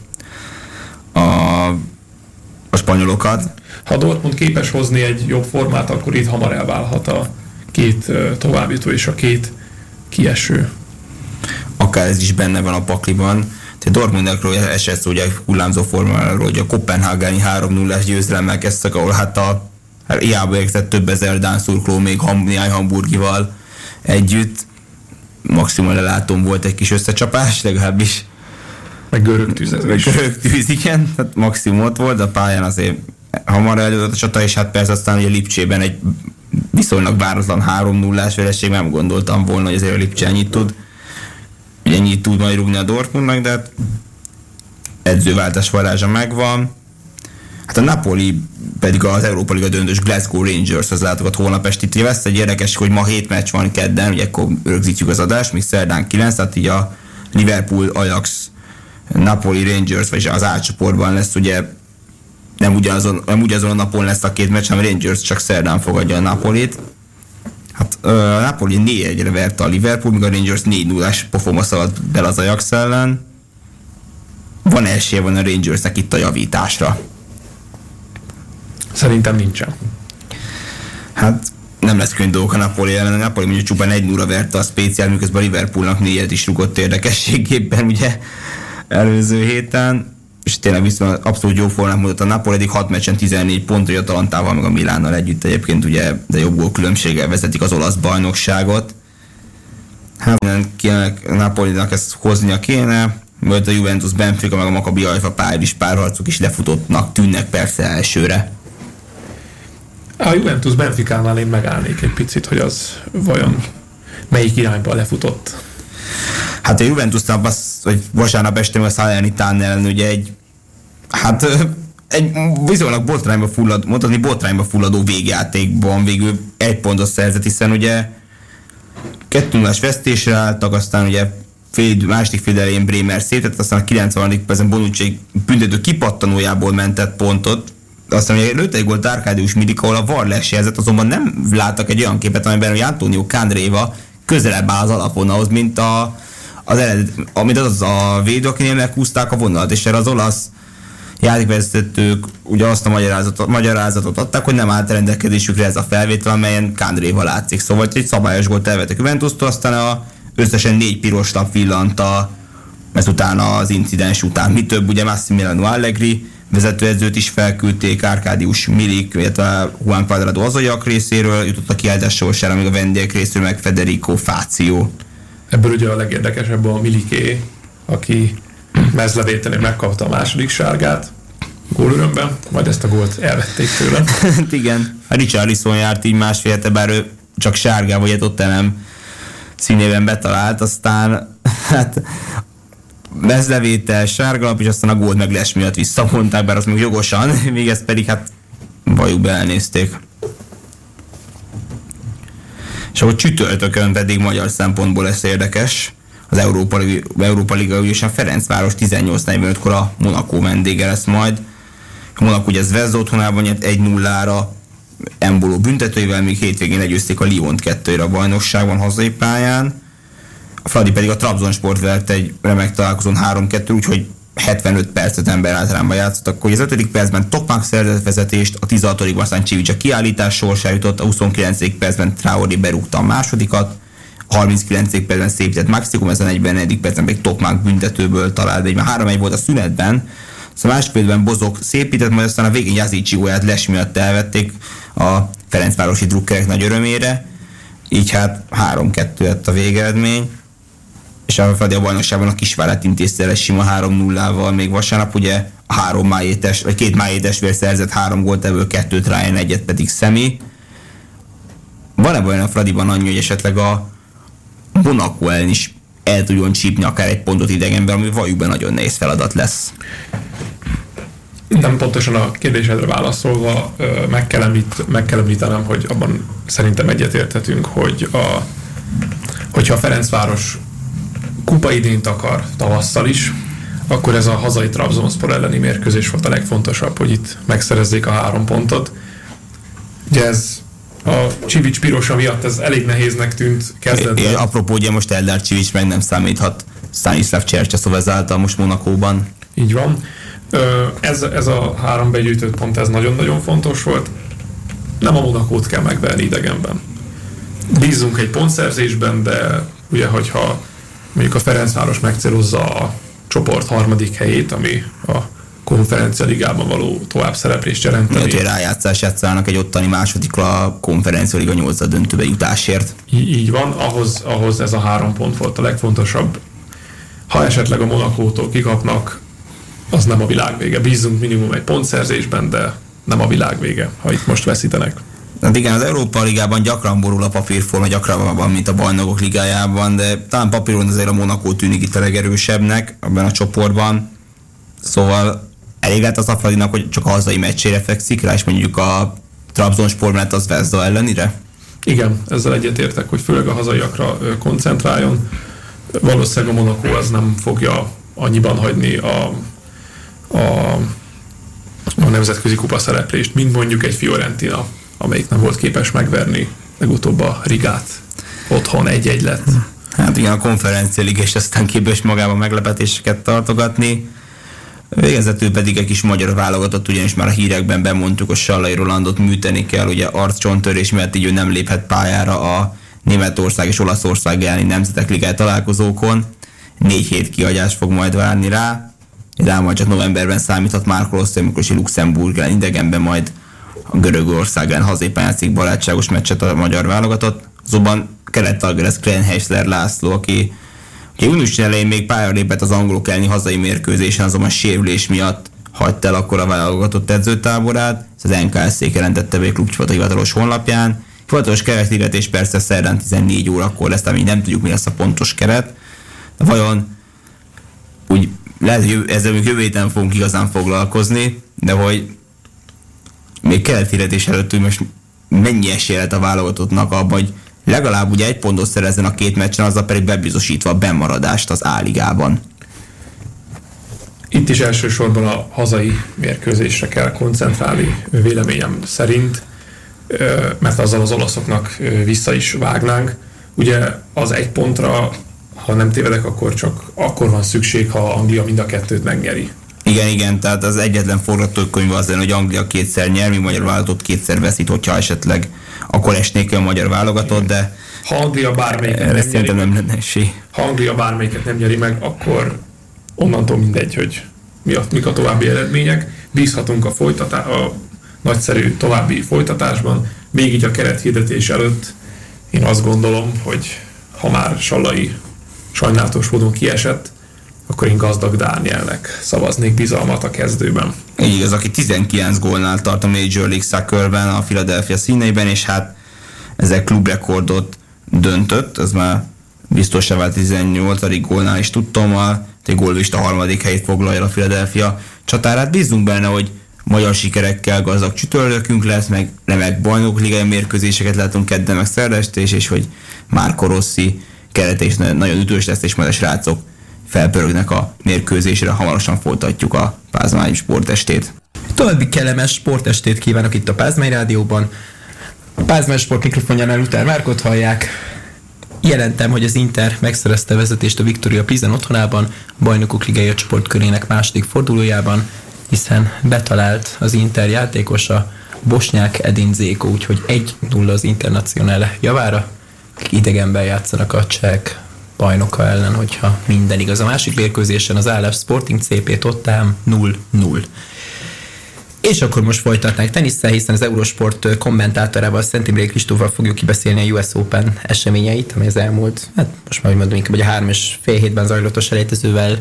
a, a spanyolokat. Ha Dortmund képes hozni egy jobb formát, akkor itt hamar elválhat a két továbbjutó és a két kieső. Akár ez is benne van a pakliban. Tehát Dortmundakról esett szó, hogy hullámzó formáról, hogy a Kopenhágáni három nullás győzelemmel kezdtek, ahol hát a hát hiába érkezett több ezer dán szurkoló még ham, néhány hamburgival együtt. Maximum lelátón volt egy kis összecsapás, legalábbis. Meg görögtűzezés. Meg görögtűz, igen. Tehát maximum ott volt, de a pályán azért hamar előtt a csata, és hát persze aztán ugye Lipcsében egy viszonylag váratlan három nullás vereség, nem gondoltam volna, hogy azért a Lipcse ennyit tud. Ugye ennyit tud majd rúgni a Dortmundnak, de hát edzőváltás varázsa megvan. Hát a Napoli pedig az Európa Liga döntős Glasgow Rangershez látogat holnap estit. Ugye vesz egy érdekes, hogy ma hét meccs van kedden, ugye akkor rögzítjük az adást, míg szerdán kilenc, tehát így a Liverpool, Ajax, Napoli, Rangers, vagy az A csoportban lesz ugye nem ugyanazon, nem ugyanazon a napon lesz a két meccs, hanem Rangers csak szerdán fogadja a Napolit. Hát a Napoli négy egyre verte a Liverpool, míg a Rangers négy nullás pofoma szaladt bele az Ajax ellen. Van esélye van a Rangersnek itt a javításra? Szerintem nincsen. Hát nem lesz könnyű dolgok a Napoli ellen. A Napoli mondjuk csupán egy nulla verte a Spezia, miközben a Liverpoolnak négyet is rugott érdekességképpen ugye előző héten. És tényleg viszont abszolút jó formát mutat a Napoli, eddig hat meccsen tizennégy pont, hogy a Atalantával meg a Milánnal együtt egyébként ugye, de jobb gól különbséggel vezetik az olasz bajnokságot. Hát a Napolinak ezt hoznia kéne, majd a Juventus, Benfica meg a Maccabi Haifa pályális párharcok is lefutottnak tűnnek persze elsőre. A Juventus Benficánál én megállnék egy picit, hogy az vajon melyik irányba lefutott. Hát a Juventusnál az, hogy vasárnap este a Salernitán ellen ugye egy, hát egy viszonylag botrányba fullad, mondhatni botrányba fulladó végjátékban végül egy pontot szerzett, hiszen ugye kettő nullás vesztésre álltak, aztán ugye fél, második fél elején Bremer szétett, aztán a kilencvenedik percben Bonucci büntető kipattanójából mentett pontot, aztán ugye lőtt egy gólt Arkadiusz Milik, ahol a VAR lesérzett, azonban nem láttak egy olyan képet, amiben hogy Antonio Candreva közelebb áll az alapvonalhoz, mint a, az eredet, amit az a védő, akinél meghúzták a vonalat, és erre az olasz játékvezetők ugye azt a magyarázatot, magyarázatot adták, hogy nem állt rendelkezésükre ez a felvétel, amelyen Candreva látszik. Szóval egy szabályos gólt elvettek Juventustól, aztán a, összesen négy piros lap villant a, ezután az incidens után. Mi több, ugye Massimiliano Allegri vezetőedzőt is felküldték, Arkadiusz Milik, illetve Juan Cuadrado az Ajax részéről, jutott a kiállítás sorsára, még a vendégek részéről meg Federico Fazio. Ebből ugye a legérdekesebb a Miliké, aki mezlevételén megkapta a második sárgát gólörömben, majd ezt a gólt elvették tőle. Igen, a Richarlison járt így másfél hete, bár ő csak sárgával, vagy ott nem színében betalált, aztán hát mezlevétel, sárgalap, és aztán a gólt meg les miatt visszavonták, bár azt még jogosan, még ezt pedig hát valljuk elnézték. És ahogy csütörtökön pedig magyar szempontból lesz érdekes, az Európa, Európa Liga ülésen Ferencváros tizennyolc negyvenötkor a Monaco vendége lesz majd. A Monaco ugye Zvezda otthonában nyert egy nullára Embolo büntetőivel, még hétvégén legyőzték a Lyont kettőre a bajnokságban hazai pályán. A Fradi pedig a Trabzonsport vert egy remek találkozón három kettő, úgyhogy hetvenöt percet ember általában játszottak, hogy az ötödik percben Tokmak szerzett vezetést, a tizenhatodikban aztán Csivics a kiállítás sorsára jutott, a huszonkilencedik percben Traoré berúgta a másodikat, a harminckilencedik percben szépített Maxikum, ez a negyvenedik percben pedig Tokmak büntetőből talált, egy már három egy volt a szünetben, szóval a másodikben Bozok szépített, majd aztán a végén Jazici gólját les miatt elvették a ferencvárosi drukkerek nagy örömére, így hát három kettő lett a végeredmény. És a Fradi a bajnokságban a Kisvárát intézte el sima három nullával még vasárnap, ugye a három májétes, vagy két májétesvér szerzett három gólt, ebből kettőt Ryan, egyet pedig Szemi. Van-e olyan a Fradiban annyi, hogy esetleg a Monaco ellen is el tudjon csípni akár egy pontot idegenben, ami valójában nagyon nehéz feladat lesz? Nem pontosan a kérdésedre válaszolva, meg kell, említ, meg kell említenem, hogy abban szerintem egyetérthetünk, hogy a, hogyha a Ferencváros kupa idényt akar tavasszal is, akkor ez a hazai Trabzonspor elleni mérkőzés volt a legfontosabb, hogy itt megszerezzék a három pontot. Ugye ez a Csivics pirosa miatt ez elég nehéznek tűnt kezdetben. É, apropó, ugye most Eldar Csivics meg nem számíthat Stanislav Csercseszov ezáltal most Monakóban. Így van. Ez, ez a három begyűjtött pont, ez nagyon-nagyon fontos volt. Nem a Monakót kell megverni idegenben. Bízzunk egy pontszerzésben, de ugye, hogyha mondjuk a Ferencváros megcélozza a csoport harmadik helyét, ami a konferencia ligában való tovább szereplést jelenteni. Miért, hogy rájátszás játszanak egy ottani másodikra a konferencia liga nyolcad döntőbe jutásért. Í- így van, ahhoz, ahhoz ez a három pont volt a legfontosabb. Ha esetleg a Monacótól kikapnak, az nem a világ vége. Bízunk minimum egy pontszerzésben, de nem a világ vége, ha itt most veszítenek. Hát igen, az Európa Ligában gyakran borul a papírforma, gyakrabban, mint a Bajnokok Ligájában, de talán papíron azért a Monaco tűnik itt a legerősebbnek ebben a csoportban. Szóval elég lehet az Afradinak, hogy csak a hazai meccsére fekszik rá, és mondjuk a Trabzonspor mellett az Vezda ellenire? Igen, ezzel egyetértek, hogy főleg a hazaiakra koncentráljon. Valószínűleg a Monaco az nem fogja annyiban hagyni a, a, a nemzetközi kupa szereplést, mint mondjuk egy Fiorentina, amelyik nem volt képes megverni legutóbb a Rigát. Otthon egy-egy lett. Hát igen, a konferencia liga, és aztán képes magában meglepetéseket tartogatni. Végezetül pedig egy kis magyar válogatott, ugyanis már a hírekben bemondtuk, hogy Sallai Rolandot műteni kell, ugye arccsontörés miatt így ő nem léphet pályára a Németország és Olaszország elleni nemzetek ligája találkozókon. Négy hét kihagyás fog majd várni rá. Rá majd csak novemberben számíthat Marco Rossi, amikor is Luxemburg ellen idegenben majd a Görögország ellen hazépán játszik barátságos meccset a magyar válogatott. Azonban kelet-tagja lesz Klenheisler László, aki ugye június elején még pályára lépett az angolok elleni hazai mérkőzésen, azonban sérülés miatt hagyta el akkor a válogatott edzőtáborát. Ez az en ká es zé jelentette be a klubcsapat hivatalos honlapján. Hivatalos keretirdetés persze szerdán tizennégy órakor lesz, ami nem tudjuk, mi lesz a pontos keret. De vajon úgy lehet, hogy ezzel még jövő héten fogunk igazán foglalkozni, de hogy még keretirdetés előtt, hogy most mennyi esélye lett a válogatottnak abban, hogy legalább ugye egy pontot szerezzen a két meccsen, azzal pedig bebizosítva a bennmaradást az A-ligában. Itt is elsősorban a hazai mérkőzésre kell koncentrálni, véleményem szerint, mert azzal az olaszoknak vissza is vágnánk. Ugye az egy pontra, ha nem tévedek, akkor csak akkor van szükség, ha Anglia mind a kettőt megnyeri. Igen, igen, tehát az egyetlen forgatókönyv az lenne, hogy Anglia kétszer nyer, mi magyar válogatott kétszer veszít, hogyha esetleg akkor esnék a magyar válogatott, de ha Anglia bármelyiket nem nyeri, nem lenne esély. Ha Anglia bármelyiket nem nyeri meg, akkor onnantól mindegy, hogy mi a, mik a további eredmények. Bízhatunk a, folytatá- a nagyszerű további folytatásban. Még így a kerethirdetés előtt én azt gondolom, hogy ha már Sallai sajnálatos módon kiesett, akkor én Gazdag Dánielnek szavaznék bizalmat a kezdőben. Így igaz, aki tizenkilenc gólnál tart a Major League Soccerben, a Philadelphia színeiben, és hát ezzel klubrekordot döntött, ez már biztosan vált tizennyolcadik gólnál is tudtommal, egy gólvista harmadik helyét foglalja a Philadelphia csatárát. Bízunk benne, hogy magyar sikerekkel gazdag csütörtökünk lesz, meg remek bajnok ligai mérkőzéseket látunk kedden, meg szerdestés, és hogy Marco Rossi keretés nagyon ütős lesz, és majd a srácok felpörögnek a mérkőzésre, hamarosan folytatjuk a Pázmány sportestét. További kellemes sportestét kívánok itt a Pázmány Rádióban. A Pázmány Sport mikrofonjánál Luther Márkot hallják. Jelentem, hogy az Inter megszerezte a vezetést a Victoria Pilsen otthonában, a Bajnokok Ligája csoportkörének második fordulójában, hiszen betalált az Inter játékosa, bosnyák Edin Dzeko, úgyhogy egy nulla az Internacionale javára. Idegenben játszanak a csehek bajnoka ellen, hogyha minden igaz. A másik mérkőzésen az á el ef Sporting cé pé Tottenham nulla nulla. És akkor most folytatnánk tenisszel, hiszen az Eurosport kommentátorával, Szent Imrei Kristóffal fogjuk kibeszélni a u es Open eseményeit, amely az elmúlt, hát most már mondom inkább, hogy a három és fél hétben zajlott a selejtezővel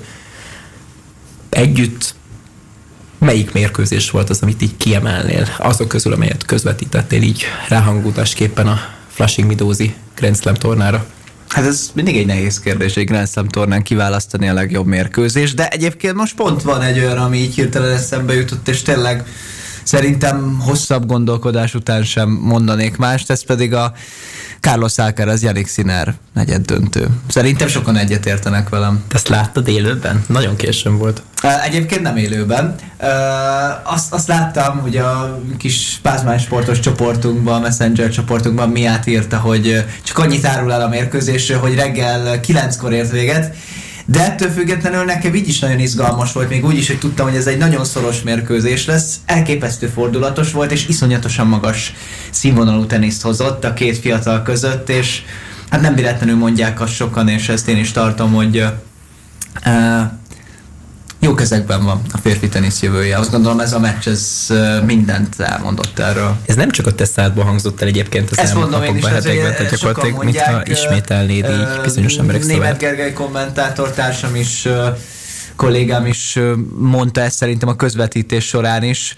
együtt. Melyik mérkőzés volt az, amit így kiemelnél? Azok közül, amelyet közvetítettél így ráhangolásképpen a Flushing Meadows-i Grand Slam tornára? Hát ez mindig egy nehéz kérdés, egy Grand Slam tornán kiválasztani a legjobb mérkőzés, de egyébként most pont van egy olyan, ami így hirtelen eszembe jutott, és tényleg szerintem hosszabb gondolkodás után sem mondanék mást, ez pedig a Carlos Alcaraz Jannik Sinner negyed döntő. Szerintem sokan egyetértenek velem. Te ezt láttad élőben? Nagyon későn volt. Egyébként nem élőben. Azt, azt láttam, hogy a kis Pázmány sportos csoportunkban, Messenger csoportunkban Miát írta, hogy csak annyit árul el a mérkőzésről, hogy reggel kilenckor ért véget, de ettől függetlenül nekem így is nagyon izgalmas volt, még úgy is, hogy tudtam, hogy ez egy nagyon szoros mérkőzés lesz, elképesztő fordulatos volt, és iszonyatosan magas színvonalú teniszt hozott a két fiatal között, és hát nem véletlenül mondják azt sokan, és ezt én is tartom, hogy uh, jó kezekben van a férfi tenisz jövője. Azt gondolom, ez a meccs ez mindent elmondott erről. Ez nem csak a te szádból hangzott el egyébként az elmúlt napokban, hetekben, tehát gyakorlatilag mintha ismételnéd így bizonyos emberek szavát. Németh Gergely kommentátortársam is, kollégám is mondta ezt szerintem a közvetítés során is.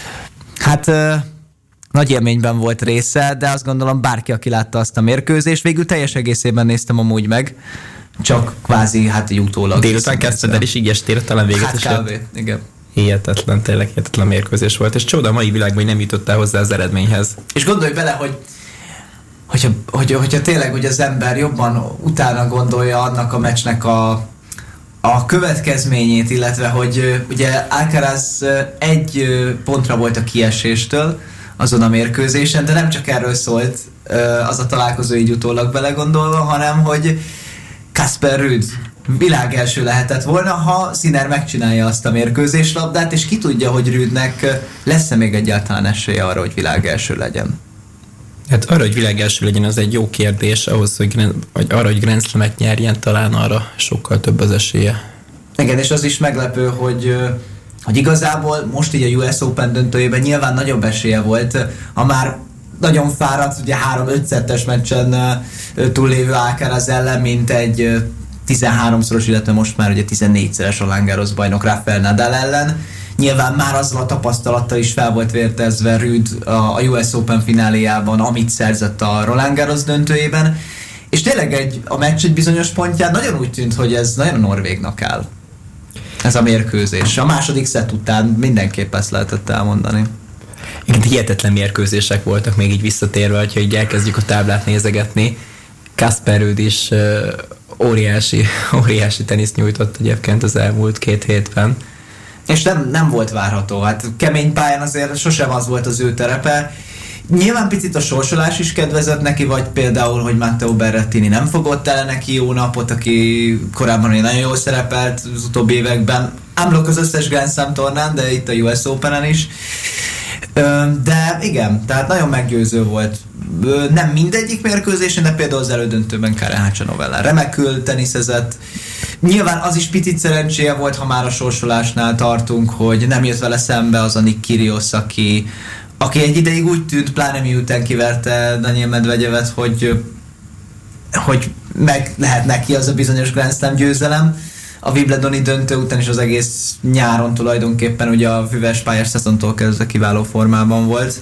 Hát nagy élményben volt része, de azt gondolom bárki, aki látta azt a mérkőzést, végül teljes egészében néztem amúgy meg, csak kvázi hát így utólag. Délután kezdted el, és így estére talán véget hát is kávé, igen. Hihetetlen, tényleg hihetetlen mérkőzés volt, és csoda a mai világban, hogy nem jutottál hozzá az eredményhez. És gondolj bele, hogy hogyha, hogyha, hogyha tényleg hogy az ember jobban utána gondolja annak a meccsnek a, a következményét, illetve hogy ugye Alcaraz egy pontra volt a kieséstől azon a mérkőzésen, de nem csak erről szólt az a találkozó így utólag belegondolva, hanem hogy Casper Ruud világ első lehetett volna, ha Sinner megcsinálja azt a mérkőzéslabdát, és ki tudja, hogy Ruudnek lesz-e még egyáltalán esélye arra, hogy világ első legyen. Hát arra, hogy világ első legyen, az egy jó kérdés, ahhoz, hogy, hogy arra, hogy Grand Slamet nyerjen, talán arra sokkal több az esélye. Igen, és az is meglepő, hogy, hogy igazából most így a U S Open döntőjében nyilván nagyobb esélye volt, ha már nagyon fáradt, ugye három-öt szettes meccsen túllévő Alcaraz ellen, mint egy tizenháromszoros, illetve most már ugye tizennégyszeres Roland Garros bajnok Rafael Nadal ellen. Nyilván már azzal a tapasztalattal is fel volt vértezve Ruud a U S Open fináléjában, amit szerzett a Roland Garros döntőjében. És tényleg egy, a meccs egy bizonyos pontján nagyon úgy tűnt, hogy ez nagyon norvégnak áll. Ez a mérkőzés. A második szett után mindenképp ezt lehetett elmondani. Igen, hihetetlen mérkőzések voltak még így visszatérve, hogyha így elkezdjük a táblát nézegetni. Casper Ruud is uh, óriási, óriási teniszt nyújtott egyébként az elmúlt két hétben. És nem, nem volt várható. Hát kemény pályán azért sosem az volt az ő terepe. Nyilván picit a sorsolás is kedvezett neki, vagy például, hogy Matteo Berrettini nem fogott el neki jó napot, aki korábban nagyon jól szerepelt az utóbbi években. Ámlok az összes Grand Slam tornán, de itt a U S Openen is. De igen, tehát nagyon meggyőző volt. Nem mindegyik mérkőzésen, de például az elődöntőben Karen Khachanov ellen remekül teniszezett. Nyilván az is picit szerencséje volt, ha már a sorsolásnál tartunk, hogy nem jött vele szembe az a Nick Kyrgios, aki, aki egy ideig úgy tűnt, pláne miután kiverte Daniil Medvegyevet, hogy, hogy meg lehet neki az a bizonyos Grand Slam győzelem. A Wimbledoni döntő után is az egész nyáron tulajdonképpen ugye a füves pályás szezontól kezdve kiváló formában volt.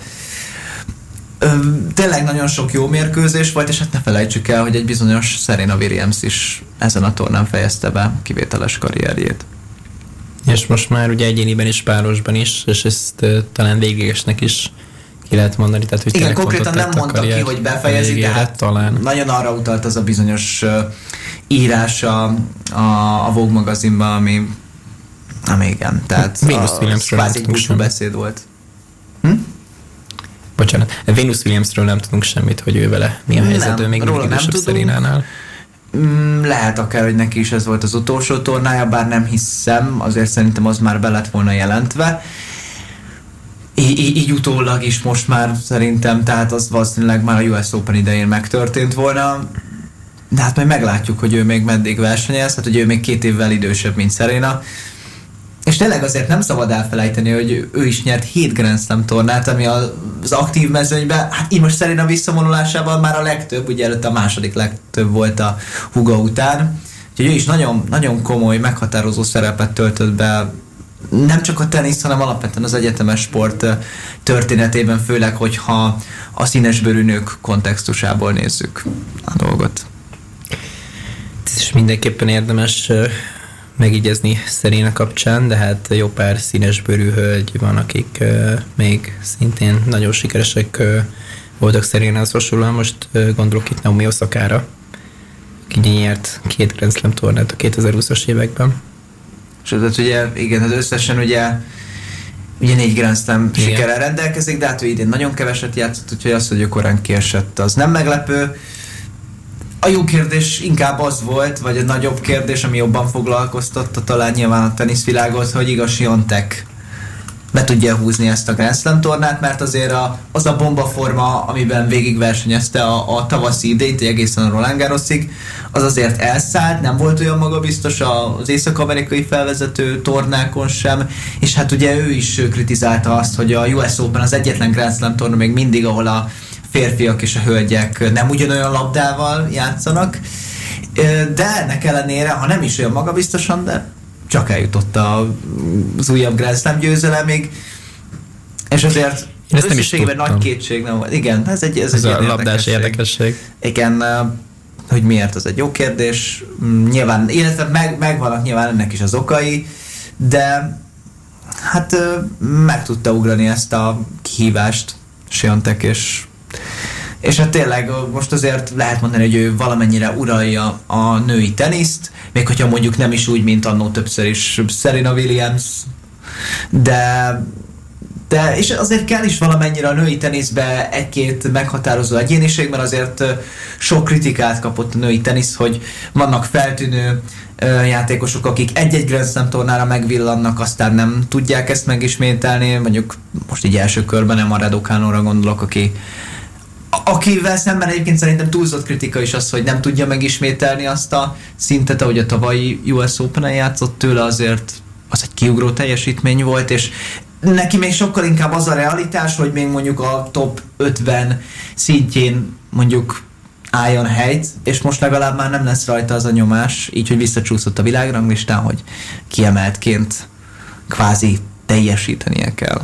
Ö, tényleg nagyon sok jó mérkőzés volt, és hát ne felejtsük el, hogy egy bizonyos Serena Williams is ezen a tornán fejezte be kivételes karrierjét. És most már ugye egyéniben is, párosban is, és ezt uh, talán véglegesnek is ki lehet mondani. Tehát, hogy igen, konkrétan nem mondta ki, hogy befejezi, végére, de hát talán nagyon arra utalt az a bizonyos uh, írás a, a, a Vogue magazinban, ami, ami igen, tehát Venus Williamsről kvázi búcsú beszéd volt. Hm? Bocsánat, Venus Williamsről nem tudunk semmit, hogy ő vele mi a helyzet, ő még mindig idősebb Serenánál. Lehet akár, hogy neki is ez volt az utolsó tornája, bár nem hiszem, azért szerintem az már be lett volna jelentve. Így, így, így utólag is most már szerintem, tehát az valószínűleg már a U S Open idején megtörtént volna. De hát majd meglátjuk, hogy ő még meddig versenyez, hát hogy ő még két évvel idősebb, mint Serena. És tényleg azért nem szabad elfelejteni, hogy ő is nyert hét Grand Slam tornát, ami az aktív mezőnyben, hát így most Serena visszavonulásában már a legtöbb, ugye előtte a második legtöbb volt a húga után. Úgyhogy ő is nagyon, nagyon komoly, meghatározó szerepet töltött be, nem csak a tenisz, hanem alapvetően az egyetemes sport történetében, főleg, hogyha a színesbőrű nők kontextusából nézzük a dolgot. Ez is mindenképpen érdemes megigyezni Serena kapcsán, de hát jó pár színesbőrű hölgy van, akik uh, még szintén nagyon sikeresek uh, voltak Serenához hasonlóan. Most uh, gondolok itt Naomi Osakára, aki nyert két Grand Slam tornát a kétezer-húszas években. És tehát ugye, igen, az összesen ugye, ugye négy Grand Slam sikerrel rendelkezik, de hát ő idén nagyon keveset játszott, úgyhogy az, hogy ő korán kiesett, az nem meglepő. A jó kérdés inkább az volt, vagy a nagyobb kérdés, ami jobban foglalkoztatta talán nyilván a teniszvilágot, hogy Iga Swiatek be tudja húzni ezt a Grand Slam tornát, mert azért a, az a bombaforma, amiben végigversenyezte a, a tavaszi idényt, egészen a Roland Garrosig, az azért elszállt, nem volt olyan magabiztos az észak-amerikai felvezető tornákon sem, és hát ugye ő is kritizálta azt, hogy a U S Open az egyetlen Grand Slam torna még mindig, ahol a férfiak és a hölgyek nem ugyanolyan labdával játszanak, de ennek ellenére, ha nem is olyan magabiztosan, de csak eljutott az újabb Grand Slam győzelemig, és azért összességében nagy kétség nem volt. Igen, ez egy, ez ez egy a labdás érdekesség. Igen, hogy miért, az egy jó kérdés. Nyilván, illetve meg, megvannak nyilván ennek is az okai, de hát meg tudta ugrani ezt a kihívást Swiatek, és és hát tényleg most azért lehet mondani, hogy ő valamennyire uralja a női teniszt, még hogyha mondjuk nem is úgy, mint annó többször is Serena Williams, de, de és azért kell is valamennyire a női teniszbe egy-két meghatározó egyéniség, mert azért sok kritikát kapott a női tenisz, hogy vannak feltűnő játékosok, akik egy-egy Grand Slam tornára megvillannak, aztán nem tudják ezt megismételni, mondjuk most így első körben nem a Raducanóra gondolok, aki akivel szemben egyébként szerintem túlzott kritika is az, hogy nem tudja megismételni azt a szintet, ahogy a tavalyi U S Open-en játszott, tőle azért az egy kiugró teljesítmény volt, és neki még sokkal inkább az a realitás, hogy még mondjuk a top ötven szintjén mondjuk álljon helyt, és most legalább már nem lesz rajta az a nyomás, így, hogy visszacsúszott a világranglistán, hogy kiemeltként kvázi teljesítenie kell.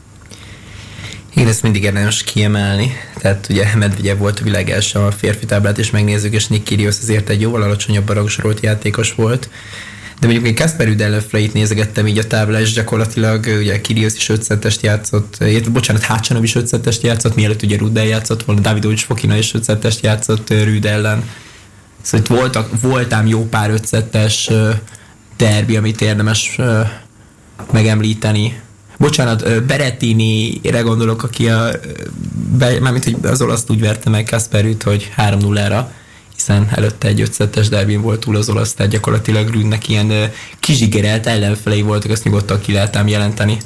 Igen, ezt mindig érdemes kiemelni. Tehát ugye Medvegyev volt a világ első, a férfi táblát is megnézzük, és Nick Kyrgios azért egy jóval alacsonyabb rangsorolt játékos volt. De mondjuk én Casper Ruud ellenfeleit nézegettem így a táblán, és gyakorlatilag ugye Kyrgios is öt szettest játszott, illetve bocsánat, Hácsanov is öt szettest játszott, mielőtt ugye Ruud játszott volna, Davidovics Fokina is öt szettest játszott Ruud ellen. Szóval itt voltak, voltám jó pár öt szettes derbi, amit érdemes megemlíteni. Bocsánat, Berrettini-re gondolok, aki a, be, mármint, hogy az olaszt úgy verte meg Casper Ruud, hogy három nullára, hiszen előtte egy öt-szettes derbin volt túl az olasz, tehát gyakorlatilag Ruudnek ilyen kizsigerelt ellenfelei voltak, azt nyugodtan ki lehetem jelenteni.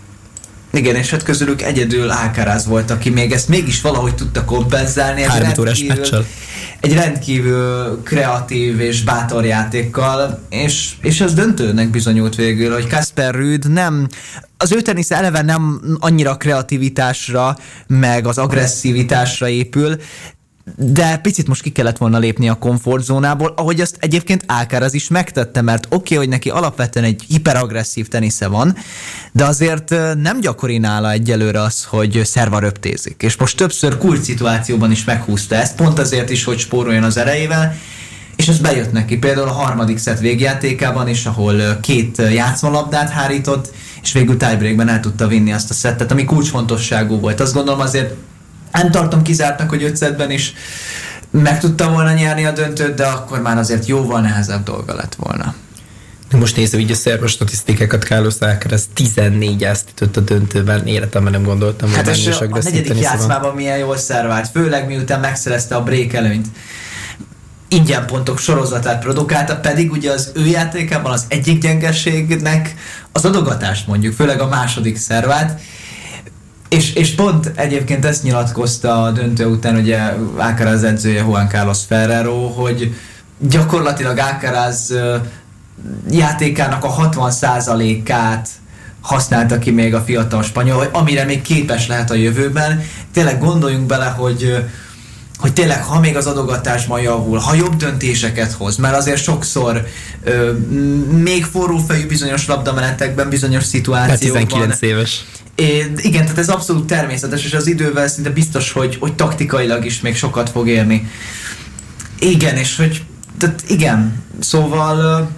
Igen, és hát közülük egyedül Alcaraz volt, aki még ezt mégis valahogy tudta kompenzálni. Három órás meccsel. Egy rendkívül kreatív és bátor játékkal, és, és ez döntőnek bizonyult végül, hogy Casper Ruud nem, az ő tenisz eleve nem annyira kreativitásra, meg az agresszivitásra épül, de picit most ki kellett volna lépni a komfortzónából, ahogy azt egyébként Alcaraz is megtette, mert oké, okay, hogy neki alapvetően egy hiperagresszív tenisze van, de azért nem gyakori nála egyelőre az, hogy szerva röptézik. És most többször kult szituációban is meghúzta ezt, pont azért is, hogy spóroljon az erejével, és ez bejött neki. Például a harmadik szett végjátékában is, ahol két játszmalabdát hárított, és végül tiebreakben el tudta vinni azt a szettet, ami kulcsfontosságú volt. Azt gondolom azért nem tartom kizártnak, hogy öt szettben is meg tudta volna nyerni a döntőt, de akkor már azért jóval nehezebb dolga lett volna. Most nézve így a szerves statisztikákat, Carlos Alcaraz tizennégy ászt ütött a döntőben, életemben nem gondoltam, hát és a, a negyedik játszmában milyen jól szervált, főleg miután megszerezte a break előnyt. Ingyen pontok sorozatát produkálta, pedig ugye az ő játékában az egyik gyengeségnek az adogatást mondjuk, főleg a második szervát. És, és pont egyébként ezt nyilatkozta a döntő után ugye Alcaraz edzője Juan Carlos Ferrero, hogy gyakorlatilag Alcaraz játékának a hatvan százalékát használta ki még a fiatal spanyol, amire még képes lehet a jövőben. Tényleg gondoljunk bele, hogy hogy tényleg, ha még az adogatásban javul, ha jobb döntéseket hoz, mert azért sokszor ö, még forrófejű bizonyos labdamenetekben, bizonyos szituációkban. tizenkilenc éves. É, igen, tehát ez abszolút természetes, és az idővel szinte biztos, hogy, hogy taktikailag is még sokat fog érni. Igen, és hogy, tehát igen, szóval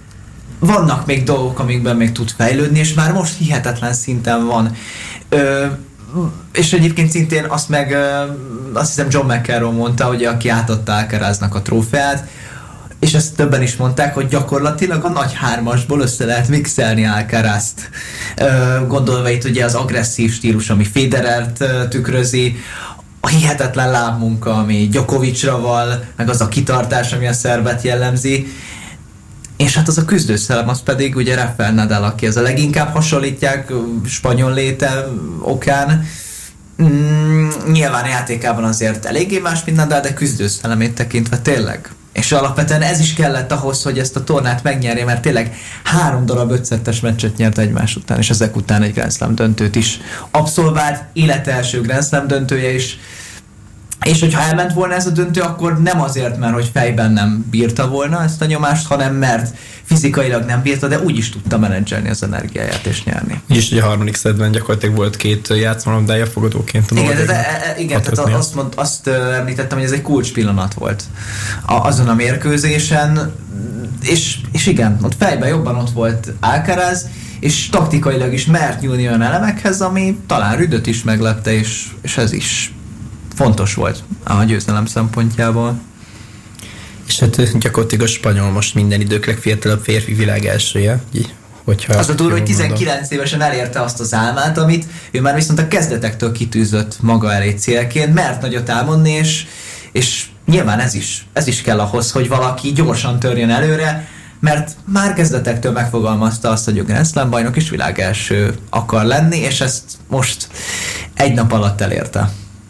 vannak még dolgok, amikben még tud fejlődni, és már most hihetetlen szinten van. Ö, és egyébként szintén azt meg, azt hiszem John McEnroe mondta, hogy aki átadta Alcaraznak a trófeát, és ezt többen is mondták, hogy gyakorlatilag a nagy hármasból össze lehet mixelni Alcarazt. Gondolva itt ugye az agresszív stílus, ami Federert tükrözi, a hihetetlen lábmunka, ami Djokovicra val, meg az a kitartás, ami a szerbet jellemzi. És hát az a küzdőszellem, az pedig ugye Rafael Nadal, aki ez a leginkább hasonlítják spanyol léte okán. Mm, nyilván játékában azért eléggé más, mint Nadal, de küzdőszellemét tekintve tényleg. És alapvetően ez is kellett ahhoz, hogy ezt a tornát megnyerje, mert tényleg három darab ötszettes meccset nyert egymás után, és ezek után egy Grand Slam döntőt is abszolvált, élete első Grand Slam döntője is. És hogyha elment volna ez a döntő, akkor nem azért, mert hogy fejben nem bírta volna ezt a nyomást, hanem mert fizikailag nem bírta, de úgy is tudta menedzselni az energiáját és nyerni. És ugye a harmadik szedben gyakorlatilag volt két játszmalabdája fogadóként. Igen, de, de, igen tehát azt, mond, azt említettem, hogy ez egy kulcs pillanat volt a, azon a mérkőzésen, és, és igen, ott fejben jobban ott volt Alcaraz, és taktikailag is mert nyúlni olyan elemekhez, ami talán Rüdöt is meglepte, és, és ez is fontos volt a győzelem szempontjából. És hát gyakorlatilag a spanyol most minden idők legfiatalabb férfi világ elsője. Hogyha az a durva, hogy tizenkilenc évesen elérte azt az álmát, amit ő már viszont a kezdetektől kitűzött maga elé célként, mert nagyot álmodni, és, és nyilván ez is, ez is kell ahhoz, hogy valaki gyorsan törjön előre, mert már kezdetektől megfogalmazta azt, hogy a Grand Slam bajnok is világ első akar lenni, és ezt most egy nap alatt elérte.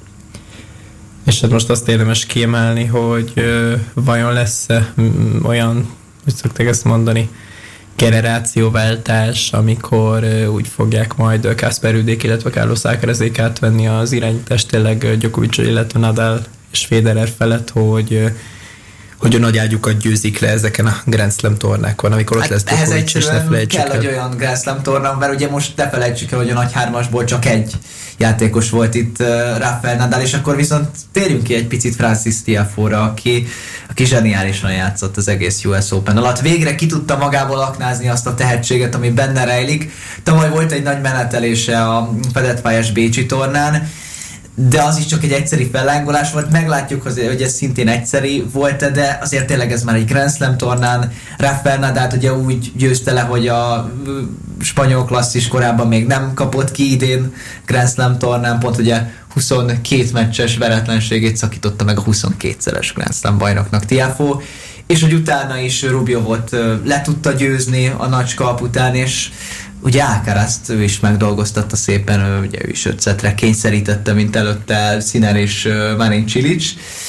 És hát most azt érdemes kiemelni, hogy ö, vajon lesz-e m- olyan, hogy szokták ezt mondani, generációváltás, amikor ö, úgy fogják majd Kasper Rüdék, illetve Carlos Alcarazék átvenni az irányítást tényleg Djokovic, illetve Nadal és Federer felett, hogy ö, hogy a nagy ágyukat győzik le ezeken a Grand Slam tornákon, amikor ott hát lesz Djokovic, és ne felejtsük kell, el. Hogy olyan Grand Slam torna, mert ugye most ne felejtsük el, hogy a nagy hármasból csak egy játékos volt itt uh, Rafael Nadal, és akkor viszont térjünk ki egy picit Francis Tiafoe-ra, aki, aki zseniálisan játszott az egész U S Open alatt. Végre ki tudta magából aknázni azt a tehetséget, ami benne rejlik. Tavaly volt egy nagy menetelése a fedett pályás bécsi tornán, de az is csak egy egyszeri fellángolás volt. Meglátjuk, hogy ez szintén egyszeri volt, de azért tényleg ez már egy Grand Slam tornán. Rafael Nadalt ugye úgy győzte le, hogy a spanyol klasszis korábban még nem kapott ki, idén Grand Slam tornán pont ugye huszonkét meccses veretlenségét szakította meg a huszonkétszeres Grand Slam bajnoknak Tiafoe, és hogy utána is Rubiovot le tudta győzni a nagy kalp után, és ugye Alcarazt ő is megdolgoztatta szépen, ő, ugye ő is ötszetre kényszerítette, mint előtte Sinner és uh, Marin Cilic.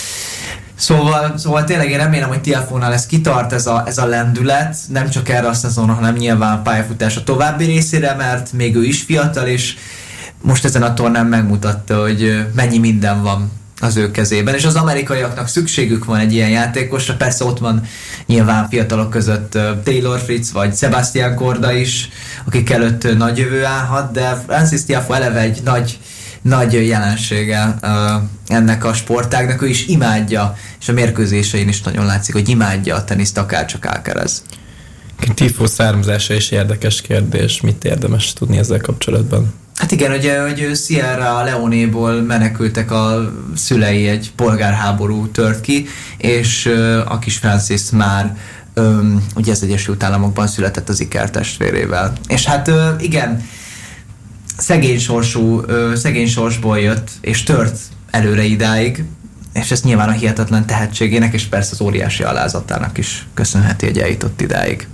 Szóval, szóval tényleg én remélem, hogy Tiafoe-nál ez kitart ez a, ez a lendület, nem csak erre a szezonra, hanem nyilván a pályafutása további részére, mert még ő is fiatal, és most ezen a tornán megmutatta, hogy mennyi minden van az ő kezében, és az amerikaiaknak szükségük van egy ilyen játékosra, persze ott van nyilván fiatalok között Taylor Fritz vagy Sebastian Korda is, akik előtt nagy jövő állhat, de Francis Tiafoe eleve egy nagy, nagy jelensége uh, ennek a sportágnak, ő is imádja, és a mérkőzésein is nagyon látszik, hogy imádja a teniszt, akárcsak Alcaraz. Tiafoe származása is érdekes kérdés, mit érdemes tudni ezzel kapcsolatban? Hát igen, ugye, hogy Sierra Leone-ból menekültek a szülei, egy polgárháború tört ki, és uh, a kis Francis már um, ugye az Egyesült Államokban született az ikertestvérével. És hát uh, igen, szegény sorsú, uh, szegény sorsból jött, és tört előre idáig, és ezt nyilván a hihetetlen tehetségének, és persze az óriási alázatának is köszönheti, hogy eljutott idáig.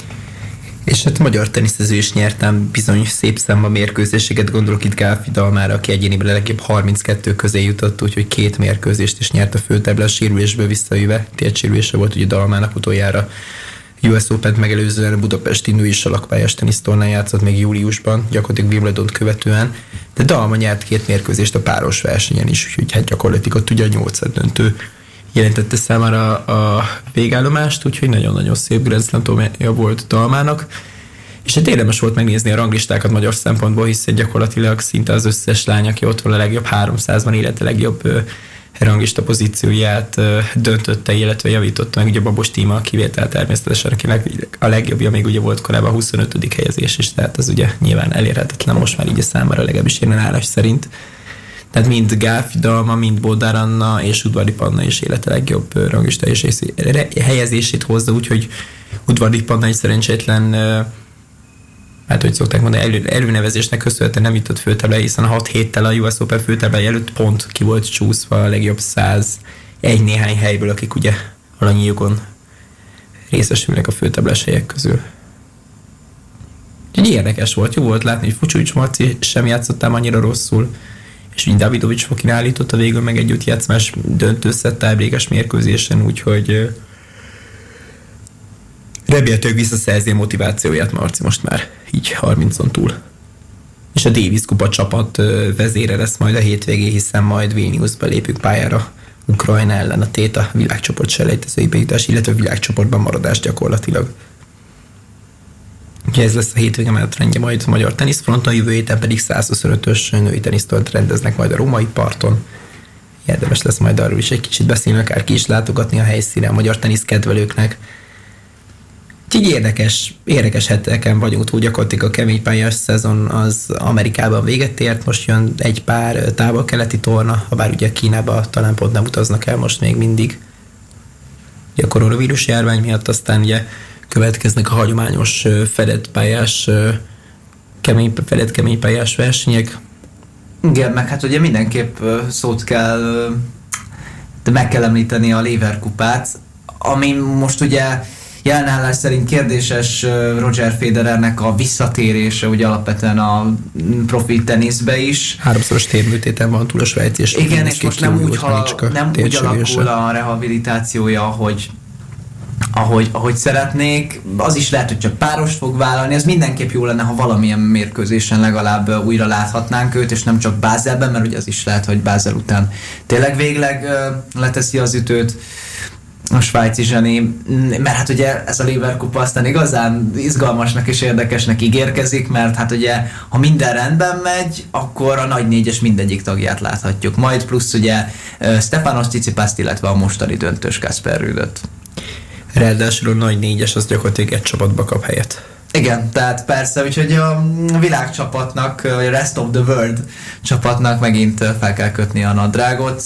És hát magyar teniszező is nyertem bizony szép számba mérkőzéseket, gondolok itt Gálfi Dalmára, aki egyéniben a legjobb harminckettő közé jutott, úgyhogy két mérkőzést is nyert a főtáblás sérülésből visszajöve. Térsérülése volt ugye Dalmának utoljára U S Open-t megelőzően a budapesti női salakpályás tenisztornán játszott még júliusban, gyakorlatilag Wimbledont követően, de Dalma nyert két mérkőzést a páros versenyen is, úgyhogy hát gyakorlatilag ott ugye a nyolcad döntő jelentette számára a végállomást, úgyhogy nagyon-nagyon szép Grand Slam tornája volt Dalmának. És hát érdemes volt megnézni a ranglistákat magyar szempontból, hiszen gyakorlatilag szinte az összes lány, aki ott van a legjobb háromszázban, illetve a legjobb ranglista pozícióját döntötte, illetve javította meg ugye Babos Tíma, kivétel természetesen, aki a legjobbja még ugye volt korábban a huszonötödik helyezés is, tehát az ugye nyilván elérhetetlen most már így a számára, legalábbis ilyen állás szerint. Tehát mind Gálfi Dalma, mind Bodnár Anna és Udvari Panna is élete legjobb ranglista és helyezését hozza, úgyhogy Udvari Panna is szerencsétlen, hát hogy szokták mondani, elő, előnevezésnek köszönhetően nem jutott főtáblára, hiszen a hat héttel a U S Open főtáblája előtt pont ki volt csúszva a legjobb száz egy néhány helyből, akik ugye alanyi jogon részesülnek a főtáblás helyek közül. Úgyhogy érdekes volt, jó volt látni, hogy Fucsovics Marci sem játszottál annyira rosszul, és úgy Davidovics Fokin állította végül meg egy öt játszmás döntőszett tájbrékes mérkőzésen, úgyhogy remélhetőleg visszaszerzi a motivációját Marci most már így harmincon túl. És a Davis Kupa csapat vezére lesz majd a hétvégén, hiszen majd Vilniusba lépünk pályára Ukrajna ellen a téta világcsoport selejtezőibe jutás, illetve világcsoportban maradás gyakorlatilag. Ugye ez lesz a hétvége menetrendje majd a magyar teniszfronton, jövő héten pedig százhuszonötös női tenisztört rendeznek majd a római parton. Érdemes lesz majd arról is egy kicsit beszélni, akár ki is látogatni a helyszínen a magyar tenisz kedvelőknek. Így érdekes, érdekes heteken vagyunk túl, gyakorlatilag a keménypályás szezon az Amerikában véget ért, most jön egy pár távol-keleti torna, habár ugye Kínába talán pont nem utaznak el most még mindig. Ugye a koronavírus járvány miatt aztán ugye következnek a hagyományos fedett pályás, kemény, fedett keménypályás versenyek. Igen, meg hát ugye mindenképp szót kell, de meg kell említeni a Lever kupát, ami most ugye jelenállás szerint kérdéses Roger Federernek a visszatérése ugye alapvetően a profi teniszbe is. Háromszoros térműtéten van túl a svájci, és igen, és most nem úgy, hal, nem úgy alakul a rehabilitációja, hogy Ahogy, ahogy szeretnék, az is lehet, hogy csak párost fog vállalni, ez mindenképp jó lenne, ha valamilyen mérkőzésen legalább újra láthatnánk őt, és nem csak Bázelben, mert ugye az is lehet, hogy Bázel után tényleg végleg leteszi az ütőt a svájci zseni, mert hát ugye ez a Lever kupa aztán igazán izgalmasnak és érdekesnek ígérkezik, mert hát ugye ha minden rendben megy, akkor a nagy négyes mindegyik tagját láthatjuk, majd plusz ugye Stefanos Tsitsipast, illetve a mostani döntős Casper Ruudet. Ráadásul a nagy négyes az gyakorlatilag egy csapatba kap helyet. Igen, tehát persze, úgyhogy a világcsapatnak, a Rest of the World csapatnak megint fel kell kötni a nadrágot.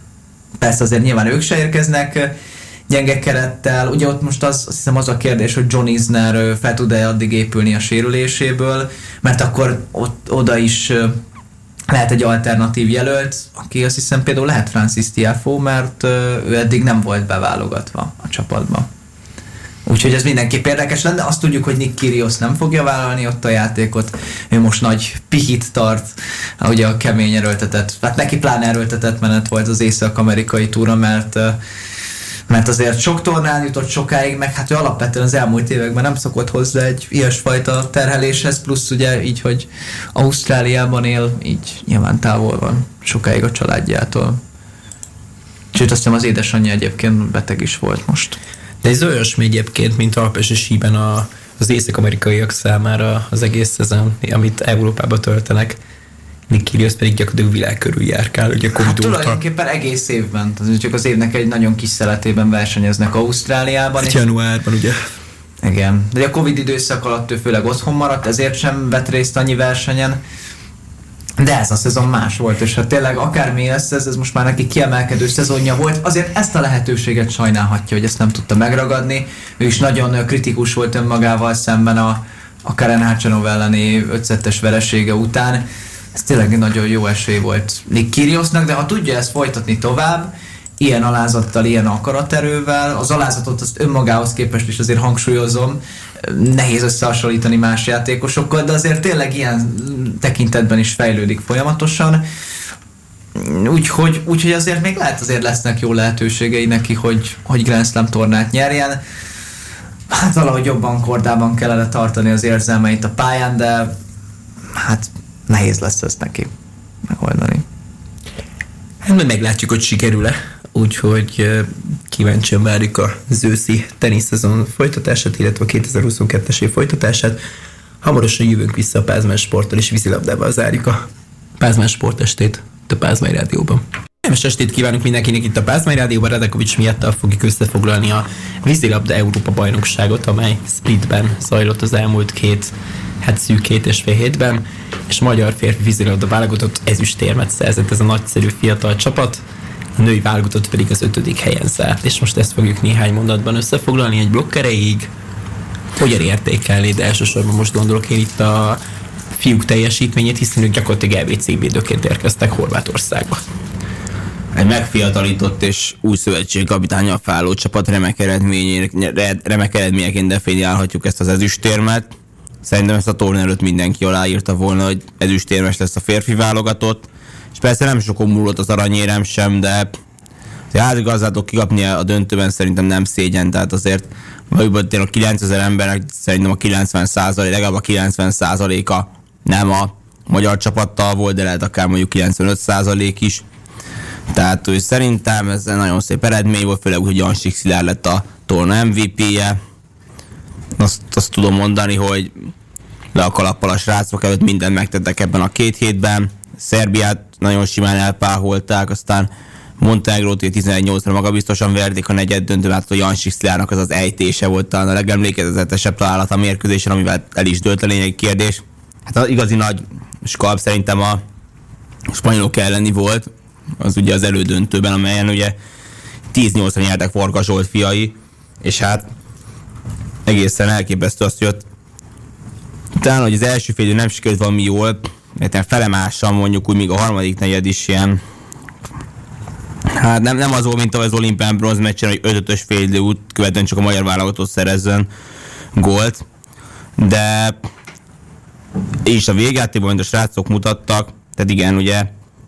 Persze azért nyilván ők se érkeznek gyenge kerettel. Ugye ott most az, azt hiszem az a kérdés, hogy John Isner fel tud-e addig épülni a sérüléséből, mert akkor ott, oda is lehet egy alternatív jelölt, aki azt hiszem például lehet Francis Tiafoe, mert ő eddig nem volt beválogatva a csapatba. Úgyhogy ez mindenképp érdekes lenne. Azt tudjuk, hogy Nick Kyrgios nem fogja vállalni ott a játékot. Ő most nagy pihit tart, ugye a kemény erőltetett, hát neki pláne erőltetett menet volt az észak-amerikai túra, mert mert azért sok tornán jutott sokáig, meg hát ő alapvetően az elmúlt években nem szokott hozzá egy ilyesfajta terheléshez, plusz ugye így, hogy Ausztráliában él, így nyilván távol van sokáig a családjától. Sőt, azt hiszem az édesanyja egyébként beteg is volt most. De ez olyasmi egyébként, mint Alpes és síben a, az észak-amerikaiak számára az egész szezon, amit Európában töltenek. Nick Kyrgios pedig gyakorlatilag világ körül járkál, ugye Covid hát tulajdonképpen egész évben, tehát csak az évnek egy nagyon kis szeletében versenyeznek Ausztráliában. Hát januárban ugye. Igen, de a Covid időszak alatt ő főleg otthon maradt, ezért sem vett részt annyi versenyen. De ez a szezon más volt, és ha tényleg akármi lesz ez, ez most már neki kiemelkedő szezonja volt, azért ezt a lehetőséget sajnálhatja, hogy ezt nem tudta megragadni. Ő is nagyon kritikus volt önmagával szemben a, a Karen Khachanov elleni ötszettes veresége után. Ez tényleg nagyon jó esély volt Nick Kyrgiosnak, de ha tudja ezt folytatni tovább, ilyen alázattal, ilyen akaraterővel, az alázatot azt önmagához képest is azért hangsúlyozom, nehéz összehasonlítani más játékosokkal, de azért tényleg ilyen tekintetben is fejlődik folyamatosan. Úgyhogy, úgyhogy azért még lehet azért lesznek jó lehetőségei neki, hogy, hogy Grand Slam tornát nyerjen. Hát valahogy jobban kordában kellene tartani az érzelmeit a pályán, de hát nehéz lesz ezt neki megoldani. Hát majd meglátjuk, hogy sikerül-e. Úgyhogy kíváncsian várjuk az őszi teniszszezon folytatását, illetve a kétezer-huszonkettes év folytatását. Hamarosan jövünk vissza a Pázmány Sporttal, és vízilabdával zárjuk a Pázmány Sportestét a Pázmány Rádióban. Kellemes estét kívánunk mindenkinek itt a Pázmány Rádióban. Radakovics miattal fogjuk összefoglalni a vízilabda Európa bajnokságot, amely Splitben zajlott az elmúlt két, hát szűk két és fél hétben, és a magyar férfi vízilabda válogatott ezüstérmet szerzett ez a nagyszerű fiatal csapat, a női válogatott pedig az ötödik helyen zárt, és most ezt fogjuk néhány mondatban összefoglalni egy blokk erejéig. Hogyan értékelni, de elsősorban most gondolok én itt a fiúk teljesítményét, hiszen ők gyakorlatilag é bé cé védőként érkeztek Horvátországba. egy megfiatalított és új szövetségkapitánnyal felálló csapat remek, remek eredményeként definiálhatjuk ezt az ezüstérmet. Szerintem ezt a torna előtt mindenki aláírta volna, hogy ezüstérmes lesz a férfi válogatott, és persze nem sokon múlott az aranyérem sem, de a házigazdátok kikapni a döntőben szerintem nem szégyen, tehát azért valójában a kilencezer embernek szerintem a kilencven százalék, legalább a kilencven százaléka nem a magyar csapattal volt, de lehet akár mondjuk kilencvenöt százalék is. Tehát hogy szerintem ez nagyon szép eredmény volt, főleg úgy, hogy Jansik Szilárd lett a torna em vé pé-je. Azt, azt tudom mondani, hogy le a kalappal a srácok előtt mindent megtettek ebben a két hétben. Szerbiát nagyon simán elpáholták, aztán Montenegrót tizenegy nyolcra magabiztosan verték a negyed döntőben, hát a Jansik Szilárdnak az az ejtése volt talán a legemlékezetesebb találat a mérkőzésen, amivel el is dőlt a lényegi kérdés. Hát az igazi nagy skalp szerintem a spanyolok elleni volt, az ugye az elődöntőben, amelyen ugye tíz nyolcra nyertek Varga Zsolt fiai, és hát egészen elképesztő azt jött. Talán, hogy az első fél idő nem sikerült valami jól, mert felemássam mondjuk úgy, még a harmadik negyed is ilyen, hát nem, nem az volt, mint az olimpián bronz meccsen, hogy öt-ötös fél idő út követően csak a magyar válogatott szerezzen gólt, de és a végjátékban, mint a srácok mutattak, tehát igen, ugye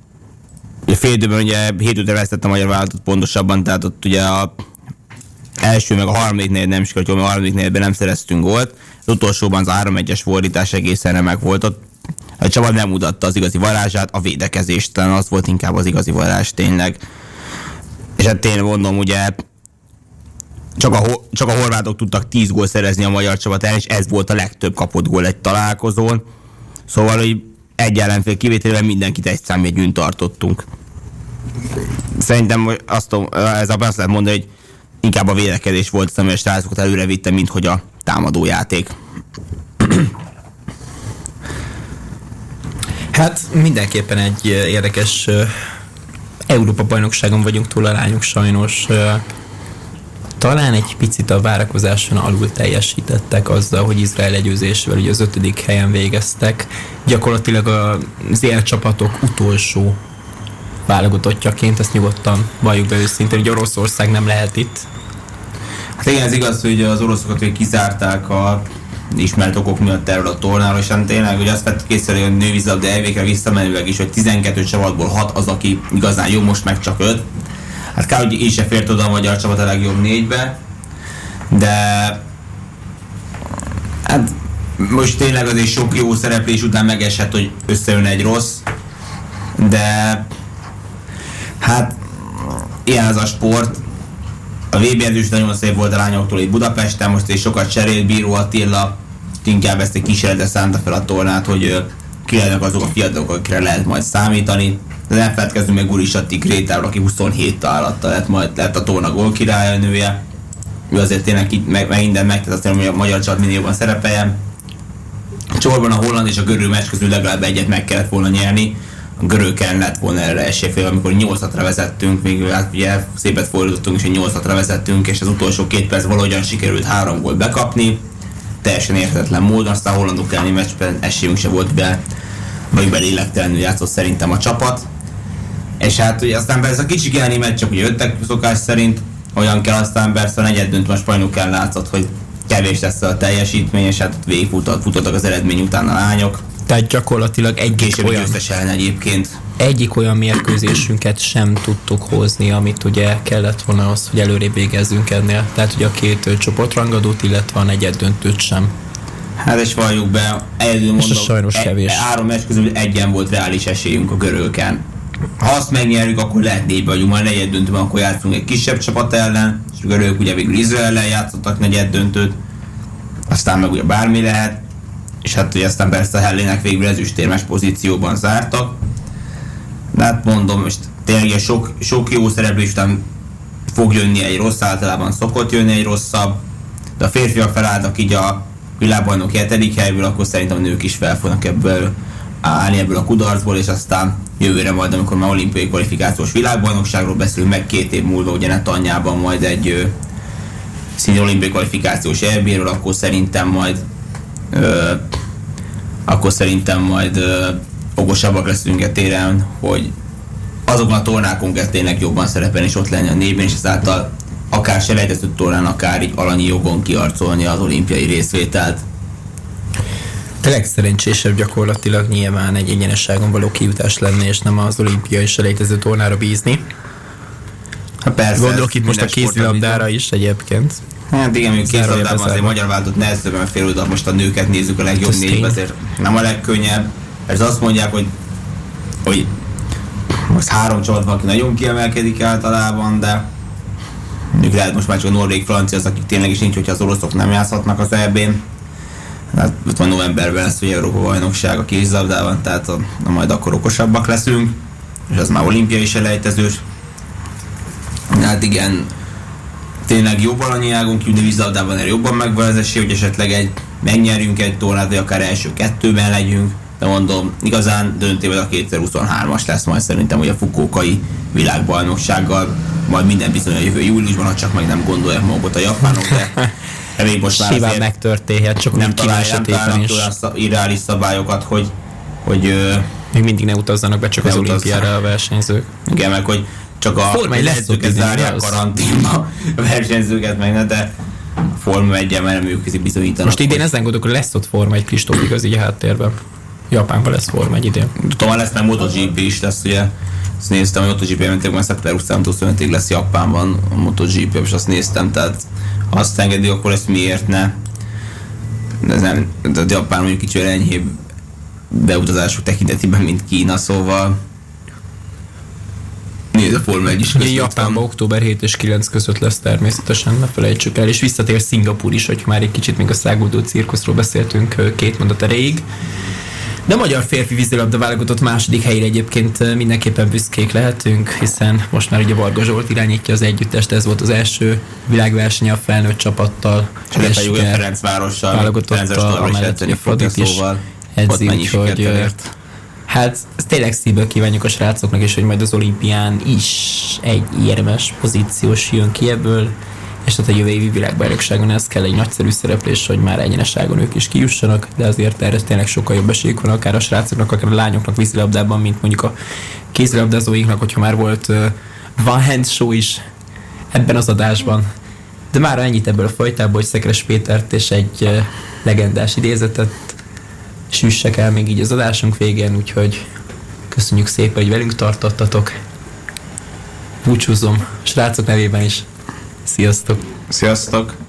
a fél időben ugye hét ötre vesztett a magyar vállalatot pontosabban, tehát ott ugye a első meg a harmadik negyed nem sikerült jól, mert a harmadik negyedben nem szereztünk gólt. Az utolsóban az három egyes fordítás egészen remek volt. Ott a csapat nem mutatta az igazi varázsát, a védekezést, talán az volt inkább az igazi varázs tényleg. És hát tényleg mondom, ugye csak a, csak a horvátok tudtak tíz gól szerezni a magyar csapat ellen, és ez volt a legtöbb kapott gól egy találkozón. Szóval, hogy egy ellenfél kivételével mindenkit egy számjegyűn tartottunk. Szerintem azt, ez azt lehet mondani, hogy inkább a védekezés volt az, ami a srácokat előre vitte, mint hogy a támadójáték. Hát mindenképpen egy érdekes uh, Európa-bajnokságon vagyunk túl a lányok sajnos. Uh, talán egy picit a várakozáson alul teljesítettek azzal, hogy Izrael legyőzésével ugye az ötödik helyen végeztek. Gyakorlatilag az élcsapatok utolsó válogatottjaként, ezt nyugodtan valljuk be őszintén, hogy Oroszország nem lehet itt. Hát igen, ez igaz, hogy az oroszokat még kizárták a ismert okok miatt erről a tornáról, és hát tényleg, hogy azt vett készül, hogy a nővízlabda elvégre visszamenőleg is, hogy tizenkettő csapatból hat az, aki igazán jó, most meg csak öt. Hát kár, hogy így se fért oda a magyar csapat a legjobb négybe, de hát most tényleg azért sok jó szereplés után megeshet, hogy összejön egy rossz, de hát ilyen az a sport. A vé bé is nagyon szép volt a lányoktól itt Budapesten, most is sokat cserélt Bíró Attila, inkább ezt egy kísérletre szánta fel a tornát, hogy ki legyenek azok a fiatalok, akikre lehet majd számítani. De nem feledkezzünk meg Guris Atti Grétáról, aki huszonhét találattal lett, majd lett a torna gólkirálya nője. Ő azért tényleg meg, meg minden megtett, aztán, hogy a magyar csapat minél jobban szerepeljen. Csorban a holland és a görög meccs közül legalább egyet meg kellett volna nyerni. A görögken lett volna erre esélyfél, amikor nyolcatra vezettünk, még hát ugye szépet fordítottunk, és nyolcatra vezettünk, és az utolsó két perc valahogyan sikerült három gólt bekapni. Teljesen érthetetlen módon, aztán a hollandok elleni meccsben esélyünk se volt be, vagy be lélektelenül játszott szerintem a csapat. És hát ugye aztán persze a kicsik elleni meccsek ugye jöttek szokás szerint, olyan kell, aztán persze a negyed döntőben a spanyolok ellen látszott, hogy kevés lesz a teljesítmény, és hát végigfutottak az eredmény után a lányok. Tehát gyakorlatilag egyik olyan, egyébként. egyik olyan mérkőzésünket sem tudtuk hozni, amit ugye kellett volna az, hogy előrébb végezzünk ennél. Tehát ugye a két csoportrangadót, illetve a negyed döntőt sem. Hát és valljuk be, egyedül mondom, sajnos kevés. E, három meccs közül egyen volt reális esélyünk a görögöken. Ha azt megnyerjük, akkor lehet négybe vagyunk, majd negyed döntőben, akkor játszunk egy kisebb csapat ellen, és a görögök ugye végül Izrael ellen játszottak negyed döntőt, aztán meg ugye bármi lehet, és hát ugye aztán persze a Hellének végül ezüstérmes pozícióban zártak. De hát mondom, most tényleg sok, sok jó szereplés után fog jönni egy rossz, általában szokott jönni egy rosszabb, de a férfiak felálltak így a világbajnok hetedik helyből, akkor szerintem a nők is fel fognak ebből állni ebből a kudarcból, és aztán jövőre majd, amikor már olimpiai kvalifikációs világbajnokságról beszélünk, meg két év múlva ugye Netanyában majd egy színi olimpiai kvalifikációs é bé-ről, akkor szerintem majd ö, akkor szerintem majd ö, okosabbak leszünk a téren, hogy azokon a tornákon kell tényleg jobban szerepelni és ott lenni a névben, és ezáltal akár selejtező tornán, akár így alanyi jogon kiarcolni az olimpiai részvételt. A legszerencsésebb gyakorlatilag nyilván egy egyenesságon való kijutás lenne, és nem az olimpiai selejtező tornára bízni. Hát persze, gondolok itt most a kézilabdára is egyébként. Hát igen, még kézilabdában azért magyar válogatott nehezebb, mert fél oda most a nőket nézzük a legjobb négybe, azért nem a legkönnyebb. Ez azt mondják, hogy, hogy most három csapat van, aki nagyon kiemelkedik általában, de mondjuk lehet most már csak a norvég, francia az, akik tényleg is nincs, hogyha az oroszok nem játszhatnak az é bén. Hát ott van novemberben lesz, hogy Európa bajnokság a kézilabdában, tehát a, a majd akkor okosabbak leszünk, és az már olimpiai selejtezős. Hát igen, tényleg jobb alanyi ágon kijutni, vízilabdában erre jobban megvan az esély, hogy esetleg egy, megnyerjünk egy tornát, vagy akár első kettőben legyünk, de mondom, igazán döntővel a kétezer-huszonhármas lesz majd szerintem, hogy a Fukuokai világbajnoksággal, majd minden bizony a jövő júliusban, ha csak meg nem gondolják magukat a japánok, de még most már simán megtörténhet, csak nem Kína esetében is. Találnak ideális szabályokat, hogy, hogy még mindig ne utazzanak be csak az olimpiára a versenyzők. Igen, meg hogy csak a Forma versenyzőket zárják karanténba, a versenyzőket meg ne, de Forma egyen, mert nem ők közé bizonyítanak. Most idén ezen gondolok, hogy lesz ott Forma egy Kristóf igaz így a háttérben. Japánban lesz Forma egy idén. Tudom, lesz meg MotoGP is lesz, ugye. Azt néztem, hogy MotoGP eventek, mert szeptember huszonötödikéig lesz Japánban a MotoGP, és azt néztem, tehát ha azt engedik, akkor ezt miért ne? De ez nem, de a Japán mondjuk kicsit enyhébb beutazások tekintetében, mint Kína, szóval nézd, a Forma egy is között Japánban van. október hét és kilenc között lesz természetesen, ne felejtsük el, és visszatér Szingapúr is, hogy már egy kicsit még a száguldó cirkuszról beszéltünk két mondat erejéig. De a magyar férfi vízilabda válogatott második helyére egyébként mindenképpen büszkék lehetünk, hiszen most már ugye Varga Zsolt irányítja az együttest, ez volt az első világverseny a felnőtt csapattal. És a Ferencvárossal, válogatottal, amellett ugye Fradit is edzi, úgyhogy hát tényleg szívből kívánjuk a srácoknak, és hogy majd az olimpián is egy érmes pozíciós jön ki ebből, és tehát a jövő évi világbajnokságon ez kell egy nagyszerű szereplés, hogy már egyeneságon ők is kijussanak, de azért erre tényleg sokkal jobb esélyük van akár a srácoknak, akár a lányoknak vízilabdában, mint mondjuk a kézilabdázóinknak, hogyha már volt uh, Van Hand Show is ebben az adásban. De már ennyit ebből a fajtából, hogy Szekeres Pétert és egy uh, legendás idézetet süssek el még így az adásunk végén, úgyhogy köszönjük szépen, hogy velünk tartottatok. Búcsúzom srácok nevében is. Sziasztok! Sziasztok!